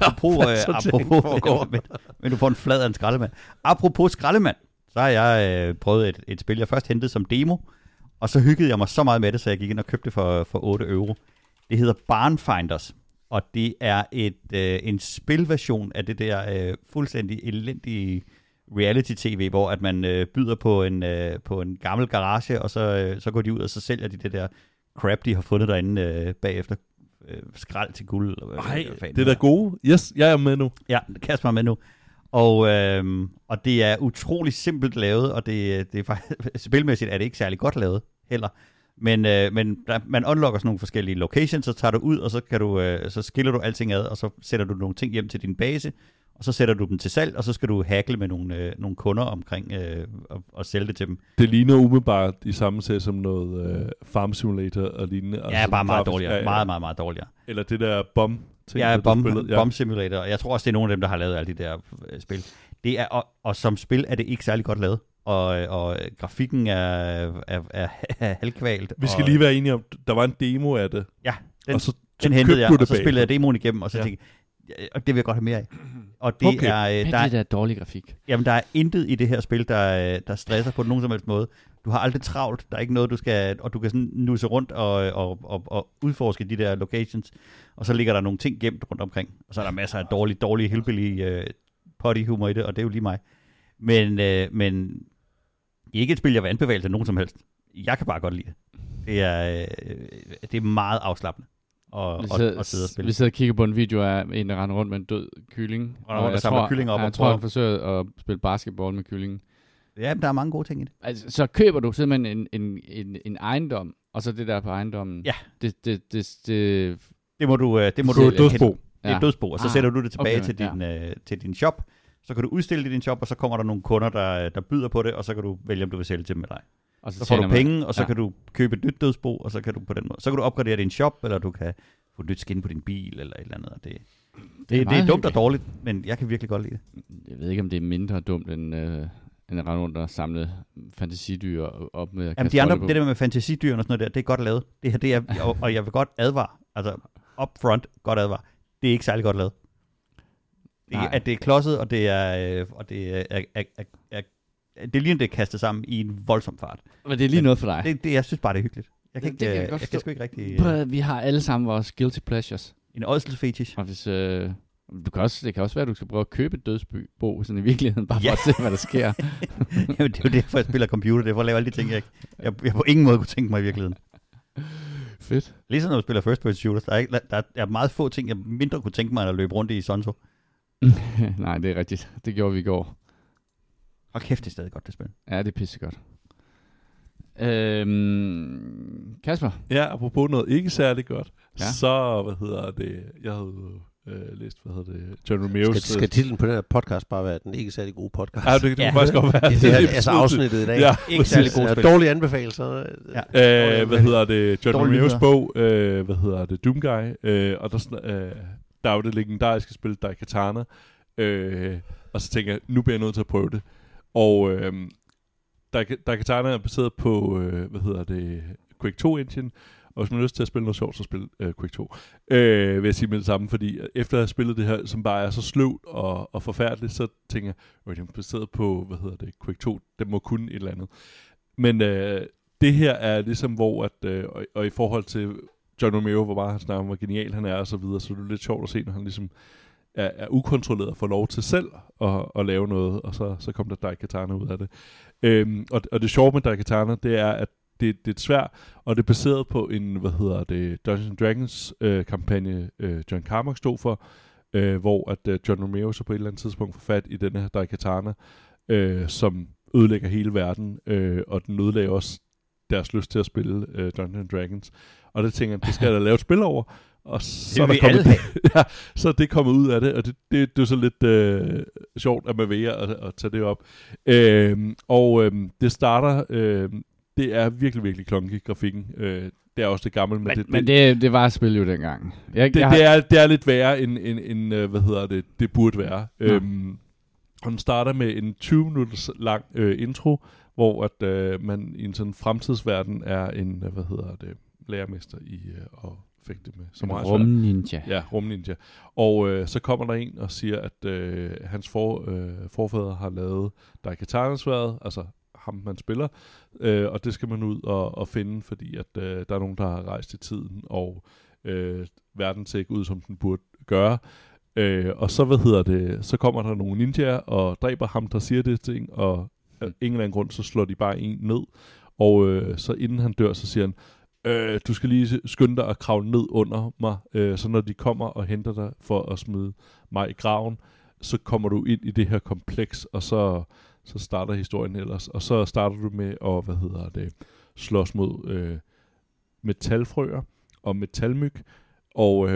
apropos men du får en flad af en skraldemand. Apropos skraldemand, så har jeg prøvet et spil, jeg først hentede som demo, og så hyggede jeg mig så meget med det, så jeg gik ind og købte det for 8 euro. Det hedder Barnfinders, og det er en spilversion af det der fuldstændig elendige reality-tv, hvor at man byder på en gammel garage, og så går de ud, og så sælger de det der crap, de har fundet derinde bagefter. Skrald til guld. Nej, det er da gode. Yes, jeg er med nu. Ja, Kasper er med nu. Og det er utrolig simpelt lavet, og det er faktisk, spilmæssigt er det ikke særlig godt lavet heller. Men man unlocker sådan nogle forskellige locations, så tager du ud, og så skiller du alting ad, og så sætter du nogle ting hjem til din base, og så sætter du dem til salg, og så skal du hackle med nogle kunder omkring og sælge det til dem. Det ligner umiddelbart i samme sæt som noget Farm Simulator og lignende. Ja, bare meget dårligere. Ja. Meget, meget, meget dårligere. Eller det der Bomb ting, ja, Bomb Simulator. Og jeg tror også, det er nogle af dem, der har lavet alle de der spil. Det er, og som spil er det ikke særlig godt lavet. Og grafikken er halvkvalt. Vi skal lige være enige om, der var en demo af det. Ja, den hentede jeg, og så spillede jeg demoen igennem, og så tænkte og det vil jeg godt have mere af. Og det er det der dårlig grafik. Jamen, der er intet i det her spil, der stresser på nogen som helst måde. Du har aldrig travlt. Der er ikke noget, du skal... Og du kan sådan nusse rundt og udforske de der locations. Og så ligger der nogle ting gemt rundt omkring. Og så er der masser af dårlige hillbilly potty-humor i det, og det er jo lige mig. Men ikke et spil, jeg vil anbefale til nogen som helst. Jeg kan bare godt lide det. Det er meget afslappende. Og sidde og spille. Vi sidder og kigger på en video af en, der render rundt med en død kylling. Og jeg samler kyllinger op. Jeg tror, han forsøger at spille basketball med kyllingen. Ja, men der er mange gode ting i det. Altså, så køber du simpelthen en ejendom, og så det der på ejendommen. Ja. Det må du dødsbo. Det er et dødsbo, og så sætter du det tilbage til din shop. Så kan du udstille det i din shop, og så kommer der nogle kunder, der byder på det, og så kan du vælge, om du vil sælge til dem eller ej. Og så får du penge, og så kan du købe et nyt dødsbo, og så kan du på den måde. Så kan du opgradere din shop, eller du kan få et nyt skin på din bil, eller et eller andet. Det er dumt og dårligt, men jeg kan virkelig godt lide det. Jeg ved ikke, om det er mindre dumt end end at rende rundt og samle fantasidyr op med. Jamen de andre, det der med fantasidyrene og sådan noget der, det er godt lavet. Det her, det er, og jeg vil godt advare, altså upfront godt advare, det er ikke særlig godt lavet. At det er klodset, og det er, det ligner, det er kastet sammen i en voldsom fart. Men det er lige noget for dig. Jeg synes bare, det er hyggeligt. Jeg kan sgu ikke rigtig... Vi har alle sammen vores guilty pleasures. En ådselsfetish. Og hvis, det kan også være, at du skal prøve at købe et dødsbo sådan i virkeligheden, bare for at se, hvad der sker. Jamen, det er jo derfor, jeg spiller computer. Det er for at lave alle de ting, jeg på ingen måde kunne tænke mig i virkeligheden. Fedt. Ligesom når du spiller first person shooters, der er meget få ting, jeg mindre kunne tænke mig, end at løbe rundt i Sonso. Nej, det er rigtigt. Det gjorde vi i går. Og kæft, det er stadig godt, det spil. Ja, det er pissegodt. Kasper? Ja, apropos noget ikke særlig godt, ja. Så, jeg havde læst, John Romero's... Skal titlen på den her podcast bare være den ikke særlig gode podcast? Ja, det kan faktisk godt være. Det er altså afsnittet i dag. Ja, ikke særlig gode spil. Dårlige anbefalinger. John Romero's bog, Doomguy, og der er jo det legendariske spil, Daikatana, og så tænker jeg, nu bliver jeg nødt til at prøve det. Og Daikatana er baseret på, Quake 2 engine, og hvis man har lyst til at spille noget sjovt, så spil Quake 2. Vil jeg sige med det samme, fordi efter at have spillet det her, som bare er så sløvt og forfærdeligt, så tænker jeg, det er baseret på, Quake 2, det må kunne et eller andet. Men det her er ligesom, hvor at, og i forhold til John Romero, hvor meget han snakker om, hvor genial han er og så videre, så det er lidt sjovt at se, når han ligesom er ukontrolleret og får lov til selv at lave noget, og så kom der Daikatana ud af det. Og det sjove med Daikatana, det er, at det er et svært, og det er baseret på en, Dungeons & Dragons kampagne, John Carmack stod for, hvor at John Romero så på et eller andet tidspunkt får fat i denne her Daikatana, som ødelægger hele verden, og den ødelægger også deres lyst til at spille Dungeons & Dragons. Og det tænker jeg, det skal jeg da lave et spil over. Og så så er det kommet ud af det, og det er så lidt sjovt, at man vælger at tage det op. Det starter... det er virkelig, virkelig klonky grafikken. Det er også det gamle. Men det var at spille jo dengang. Det er lidt værre, end det burde være. Og den starter med en 20 minutters lang intro, hvor at man i en sådan fremtidsverden er en, lærermester i at fægte med rumninja. Ja, rumninja. Og så kommer der en og siger, at hans forfædre har lavet Daikatana-sværdet, altså ham man spiller, og det skal man ud og finde, fordi at der er nogen, der har rejst i tiden, og verden ser ikke ud, som den burde gøre. Og så så kommer der nogle ninjaer og dræber ham, der siger det ting, og af ingen eller anden grund, så slår de bare en ned. Og så inden han dør, så siger han, du skal lige skynde dig at kravle ned under mig, så når de kommer og henter dig for at smide mig i graven, så kommer du ind i det her kompleks, og så starter historien ellers. Og så starter du med at, slås mod metalfrøer og metalmyg, og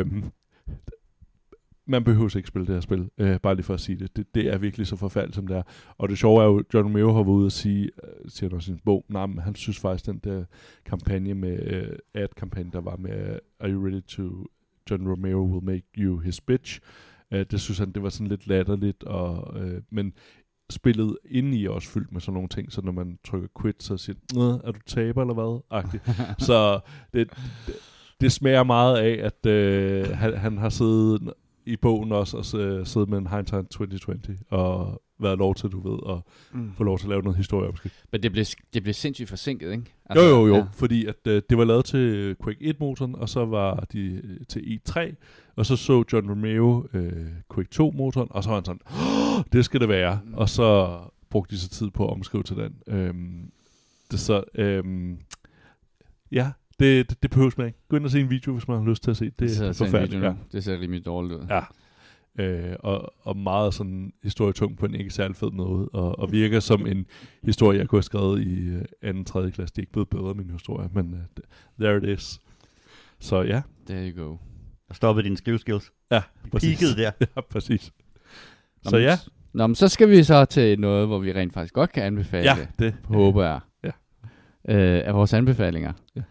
man behøver ikke spille det her spil, bare lige for at sige det. Det er virkelig så forfærdeligt, som det er. Og det sjove er jo, John Romero har været ude og sige, siger han også i sin bog, men han synes faktisk, den der kampagne med, ad-kampagne, der var med, Are you ready to, John Romero will make you his bitch, det synes han, det var sådan lidt latterligt, men spillet indeni er også fyldt med sådan nogle ting, så når man trykker quit, så siger er du taber eller hvad? Agtigt. Så det smager meget af, at han har siddet i bogen også, og siddet med en hindsight 2020, og været lov til, du ved, at få lov til at lave noget historie måske. Men det blev sindssygt forsinket, ikke? Altså, jo, ja. Fordi at det var lavet til Quake 1-motoren, og så var de til E3, og så John Romero Quake 2-motoren, og så var han sådan, det skal det være. Og så brugte de så tid på at omskrive til den. Det behøves man ikke. Gå ind og se en video, hvis man har lyst til at se. Det er forfærdeligt. Ja. Det ser rimelig dårligt ud. Ja. Og meget sådan historietung på en ikke særlig fed måde, og virker som en historie, jeg kunne have skrevet i 2. 3. klasse. Det er ikke blevet bedre, min historie, men there it is. Så ja. There you go. Og stoppede dine skriveskills. Ja, præcis. Peaked der. Ja, præcis. Så ja. Nå, men så skal vi så til noget, hvor vi rent faktisk godt kan anbefale. Ja, det håber jeg. Ja. Af vores anbefalinger. Ja.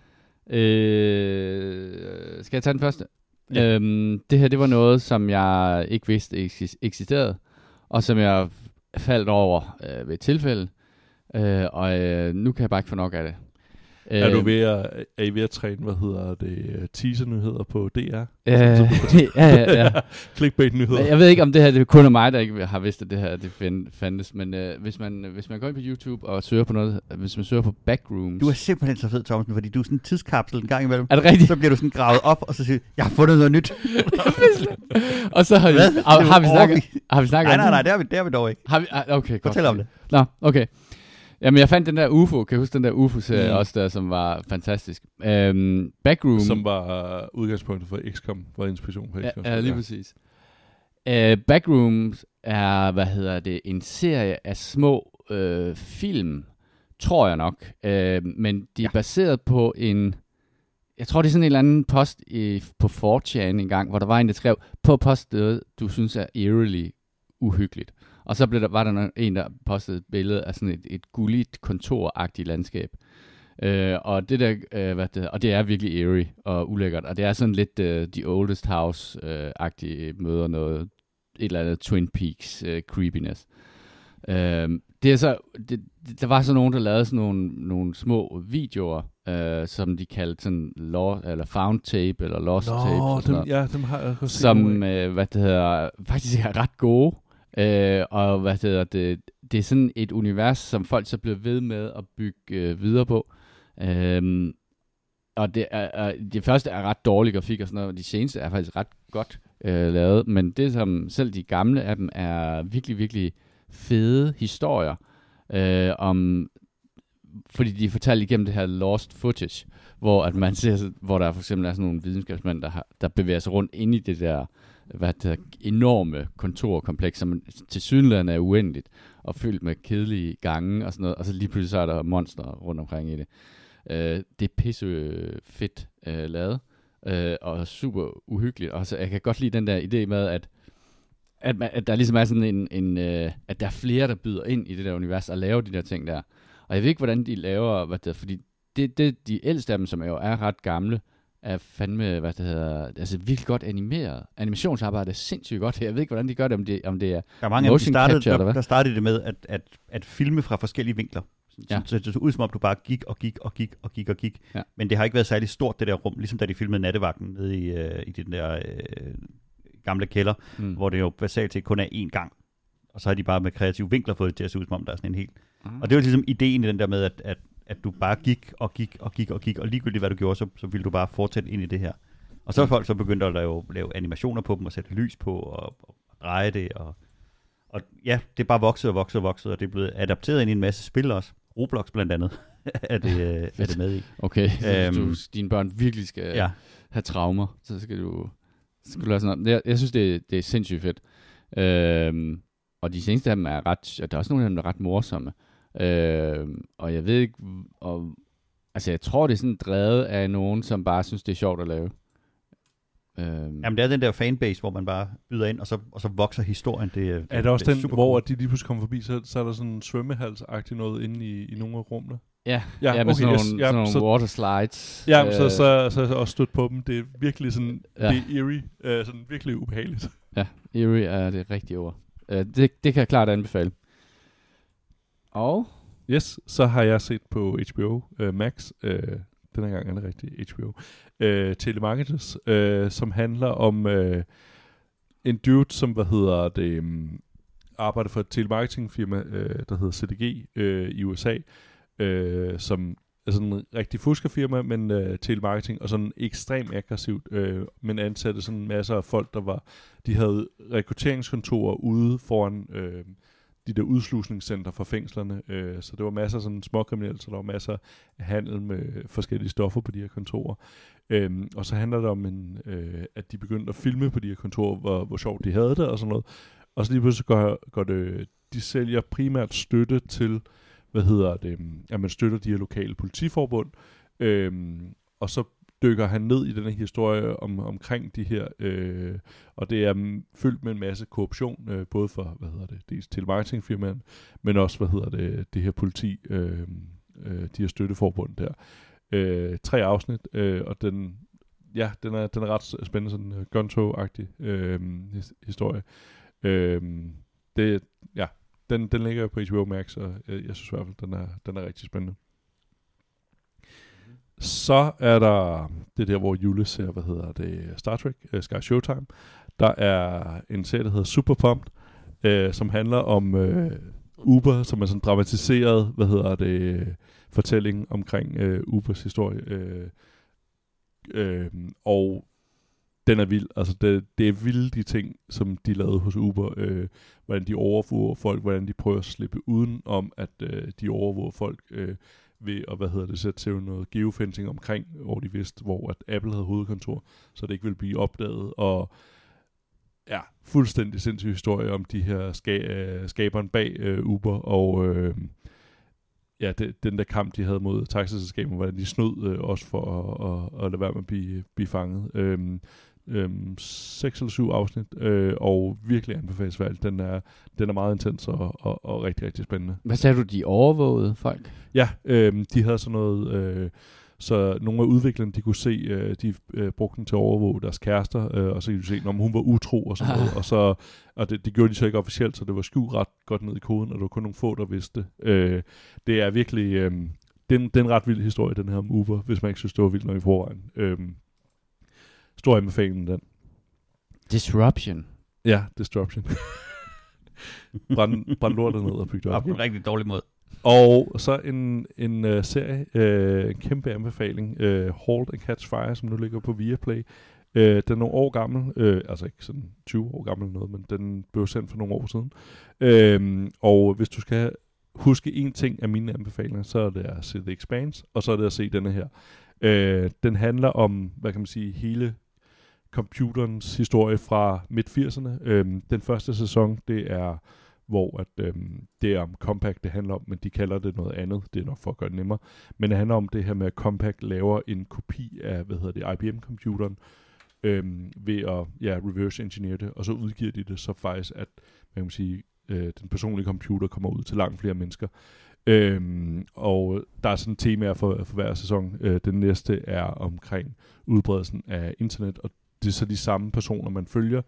Skal jeg tage den første? Ja. Det her, det var noget, som jeg ikke vidste eksisterede, og som jeg faldt over ved et tilfælde, og nu kan jeg bare ikke få nok af det. Er I ved at træne, teaser-nyheder på DR? Ja. Clickbait-nyheder. Jeg ved ikke, om det her det kun er mig, der ikke har vidst, at det her det fandtes, men hvis man går ind på YouTube og søger på noget, hvis man søger på Backrooms... Du er simpelthen så fed, Thomsen, fordi du er sådan en tidskapsel en gang imellem. Er det rigtigt? Så bliver du sådan gravet op, og så siger jeg har fundet noget nyt. Og så har vi snakket om Nej, det har vi dog ikke. Okay, godt. Fortæl om det. Nå, okay. Jamen, jeg fandt den der UFO. Kan jeg huske den der UFO-serie også der, som var fantastisk. Backroom... Som var udgangspunktet for XCOM, var inspiration på XCOM. Ja, lige præcis. Backrooms er, en serie af små film, tror jeg nok. Men de er baseret på en... Jeg tror, det er sådan en eller anden post på 4chan engang, hvor der var en, der skrev, på postet, du synes er eerily uhyggeligt. Og så var der en, der postede et billede af sådan et gulligt kontoragtigt landskab. Og det der, og det er virkelig eerie og ulækkert. Og det er sådan lidt The Oldest House-agtigt møder noget, et eller andet Twin Peaks creepiness. Det er så, der var så nogen, der lavede sådan nogle små videoer, som de kaldte sådan eller found tape eller lost tape. Dem har jeg også som faktisk er ret gode. Og det er sådan et univers, som folk så bliver ved med at bygge videre på. Og det første er ret dårlig grafik og sådan noget, og de seneste er faktisk ret godt lavet, men det som selv de gamle af dem er virkelig, virkelig fede historier fordi de fortæller igennem det her lost footage, hvor at man ser, hvor der for eksempel er sådan nogle videnskabsmænd, der bevæger sig rundt ind i det der enorme kontorkompleks, som tilsyneladende er uendeligt og fyldt med kedelige gange og sådan noget, og så lige pludselig så er der monster rundt omkring i det. Det er pisse fedt lavet og super uhyggeligt, og så jeg kan godt lide den der idé med, at der ligesom er sådan at der er flere, der byder ind i det der univers og laver de der ting der. Og jeg ved ikke, hvordan de laver, fordi de ældste af dem, som jo er ret gamle, er fandme, altså virkelig godt animeret. Animationsarbejdet er sindssygt godt. Jeg ved ikke, hvordan de gør det, om det er der er mange motion capture, eller hvad? Der startede det med at filme fra forskellige vinkler. Så det så ud som om du bare gik. Ja. Men det har ikke været særlig stort, det der rum, ligesom da de filmede Nattevagten nede i den der gamle kælder, hvor det jo basalt set kun er én gang. Og så har de bare med kreative vinkler fået det til at se ud som om der er sådan en helt. Og det var ligesom ideen i den der med, at du bare gik, og ligegyldigt hvad du gjorde, så ville du bare fortsætte ind i det her. Og så er folk så begyndt at lave animationer på dem, og sætte lys på, og dreje det, og ja, det er bare vokset, og det er blevet adapteret ind i en masse spil også. Roblox blandt andet er det med i. Okay, så dine børn virkelig skal have traumer, så skal du lade sådan noget. Jeg synes, det er sindssygt fedt. Og de seneste af dem er der er også nogle af dem, der er ret morsomme. Og jeg ved ikke, altså jeg tror, det er sådan drevet af nogen, som bare synes, det er sjovt at lave. Jamen det er den der fanbase, hvor man bare byder ind, og så vokser historien. Er det også den, hvor de lige pludselig kommer forbi, så er der sådan en svømmehals-agtigt noget inde i nogle af rummene? Ja, med sådan nogle water slides. Ja, så er jeg også stødt på dem. Det er virkelig sådan, det er eerie, sådan virkelig ubehageligt. Ja, eerie er det rigtige ord. Det kan jeg klart anbefale. Og? Yes, så har jeg set på HBO Max, denne gang er det rigtigt HBO, Telemarketers, som handler om en dude, som arbejder for et telemarketingfirma, der hedder CDG i USA, som er sådan en rigtig fuskerfirma, men telemarketing, og sådan ekstremt aggressivt, men ansatte sådan masser af folk, de havde rekrutteringskontorer ude foran de der udslusningscenter for fængslerne, så det var masser af sådan småkriminelle, så der var masser af handel med forskellige stoffer på de her kontorer. Og så handler det om, at de begyndte at filme på de her kontorer, hvor sjovt de havde det og sådan noget. Og så lige pludselig går det, de sælger primært støtte til, at man støtter de her lokale politiforbund, og så dykker han ned i den her historie omkring de her, og det er fyldt med en masse korruption, både for, dels telemarketingfirmaen, men også, det her politi, de her støtteforbund der. 3 afsnit, og den er ret spændende, sådan Gonto-agtig historie. den ligger på HBO Max, og jeg synes i hvert fald, den er rigtig spændende. Så er der det der, hvor Julie ser, Star Trek, Sky Showtime. Der er en serie, der hedder Super Pumped, som handler om Uber, som er sådan en dramatiseret, fortælling omkring Ubers historie. Og den er vild. Altså, det er vilde de ting, som de lavede hos Uber. Hvordan de overvåger folk, hvordan de prøver at slippe uden om, at de overvåger folk ved at, sætte til noget geofencing omkring, hvor de vidste, hvor at Apple havde hovedkontor, så det ikke ville blive opdaget. Og ja, fuldstændig sindssyg historie om de her skaberen bag Uber, og den der kamp, de havde mod taxiselskaber, hvordan de snød også for at lade være med at blive fanget. 6 eller 7 afsnit, og virkelig anbefalesværdigt. Den er meget intens og rigtig, rigtig spændende. Hvad sagde du, de overvågede folk? Ja, de havde sådan noget... Så nogle af udviklerne, de kunne se, de brugte den til at overvåge deres kærester, og så kunne de se, når hun var utro og sådan noget. Og det gjorde de så ikke officielt, så det var skjult ret godt ned i koden, og der var kun nogle få, der vidste. Det er virkelig... det er en ret vild historie, den her om Uber, hvis man ikke synes, det var vildt nok i forvejen. Stor anbefaling, den. Disruption. Ja, Disruption. Brænd lortet ned og bygge det op. På en rigtig dårlig måde. Og så en serie, en kæmpe anbefaling, Halt and Catch Fire, som nu ligger på Viaplay. Den er nogle år gammel, altså ikke sådan 20 år gammel eller noget, men den blev sendt for nogle år siden. Og hvis du skal huske en ting af mine anbefalinger, så er det at se The Expanse, og så er det at se denne her. Den handler om, hvad kan man sige, hele computerens historie fra midt-80'erne. Den første sæson, det er, hvor det er om Compaq, det handler om, men de kalder det noget andet. Det er nok for at gøre det nemmere. Men det handler om det her med, at Compaq laver en kopi af, IBM-computeren, ved at reverse engineer det, og så udgiver de det så faktisk, at man kan sige, den personlige computer kommer ud til langt flere mennesker. Og der er sådan temaer for hver sæson. Den næste er omkring udbredelsen af internet, og det er så de samme personer, man følger,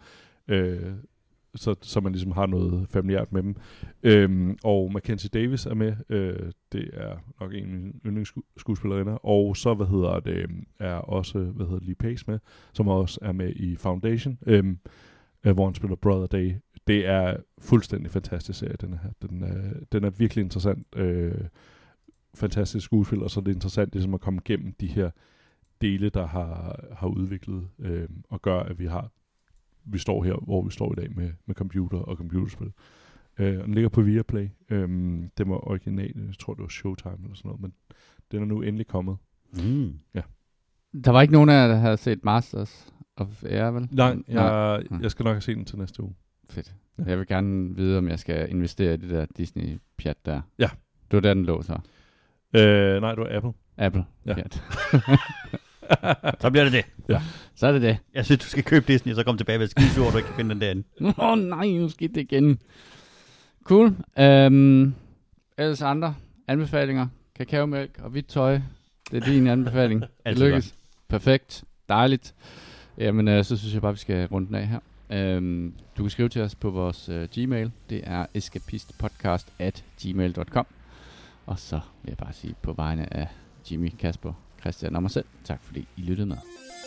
så man ligesom har noget familiært med dem. Og Mackenzie Davis er med. Det er nok en af mine yndlingsskuespillerinder. Og så, er også, Lee Pace med, som også er med i Foundation, hvor han spiller Brother Day. Det er fuldstændig fantastisk serie, den her. Den er virkelig interessant. Fantastisk skuespil, og så er det interessant ligesom at komme igennem de her dele, der har udviklet og gør, at vi står her, hvor vi står i dag med computer og computerspil. Den ligger på Viaplay. Den var original, jeg tror det var Showtime eller sådan noget, men den er nu endelig kommet. Ja. Der var ikke nogen af jer, der havde set Masters of Air, vel? Nej, jeg skal nok have set den til næste uge. Fedt. Ja. Jeg vil gerne vide, om jeg skal investere i det der Disney-pjat der. Ja. Det var der, den lå så. Nej, det var Apple. Apple-pjat. Så bliver det. Ja. Så er det det. Jeg synes, du skal købe Disney, og så komme tilbage ved skidesur, du ikke kan finde den derinde. Nej, nu skete det igen. Cool. Ellers andre anbefalinger. Kakaomælk og hvidt tøj. Det er din anbefaling. Det lykkes. Perfekt. Dejligt. Jamen, så synes jeg bare, vi skal runde den af her. Du kan skrive til os på vores Gmail. Det er escapistpodcast@gmail.com. Og så vil jeg bare sige på vegne af Jimmy, Kasper, Christian og mig selv, tak fordi I lyttede med.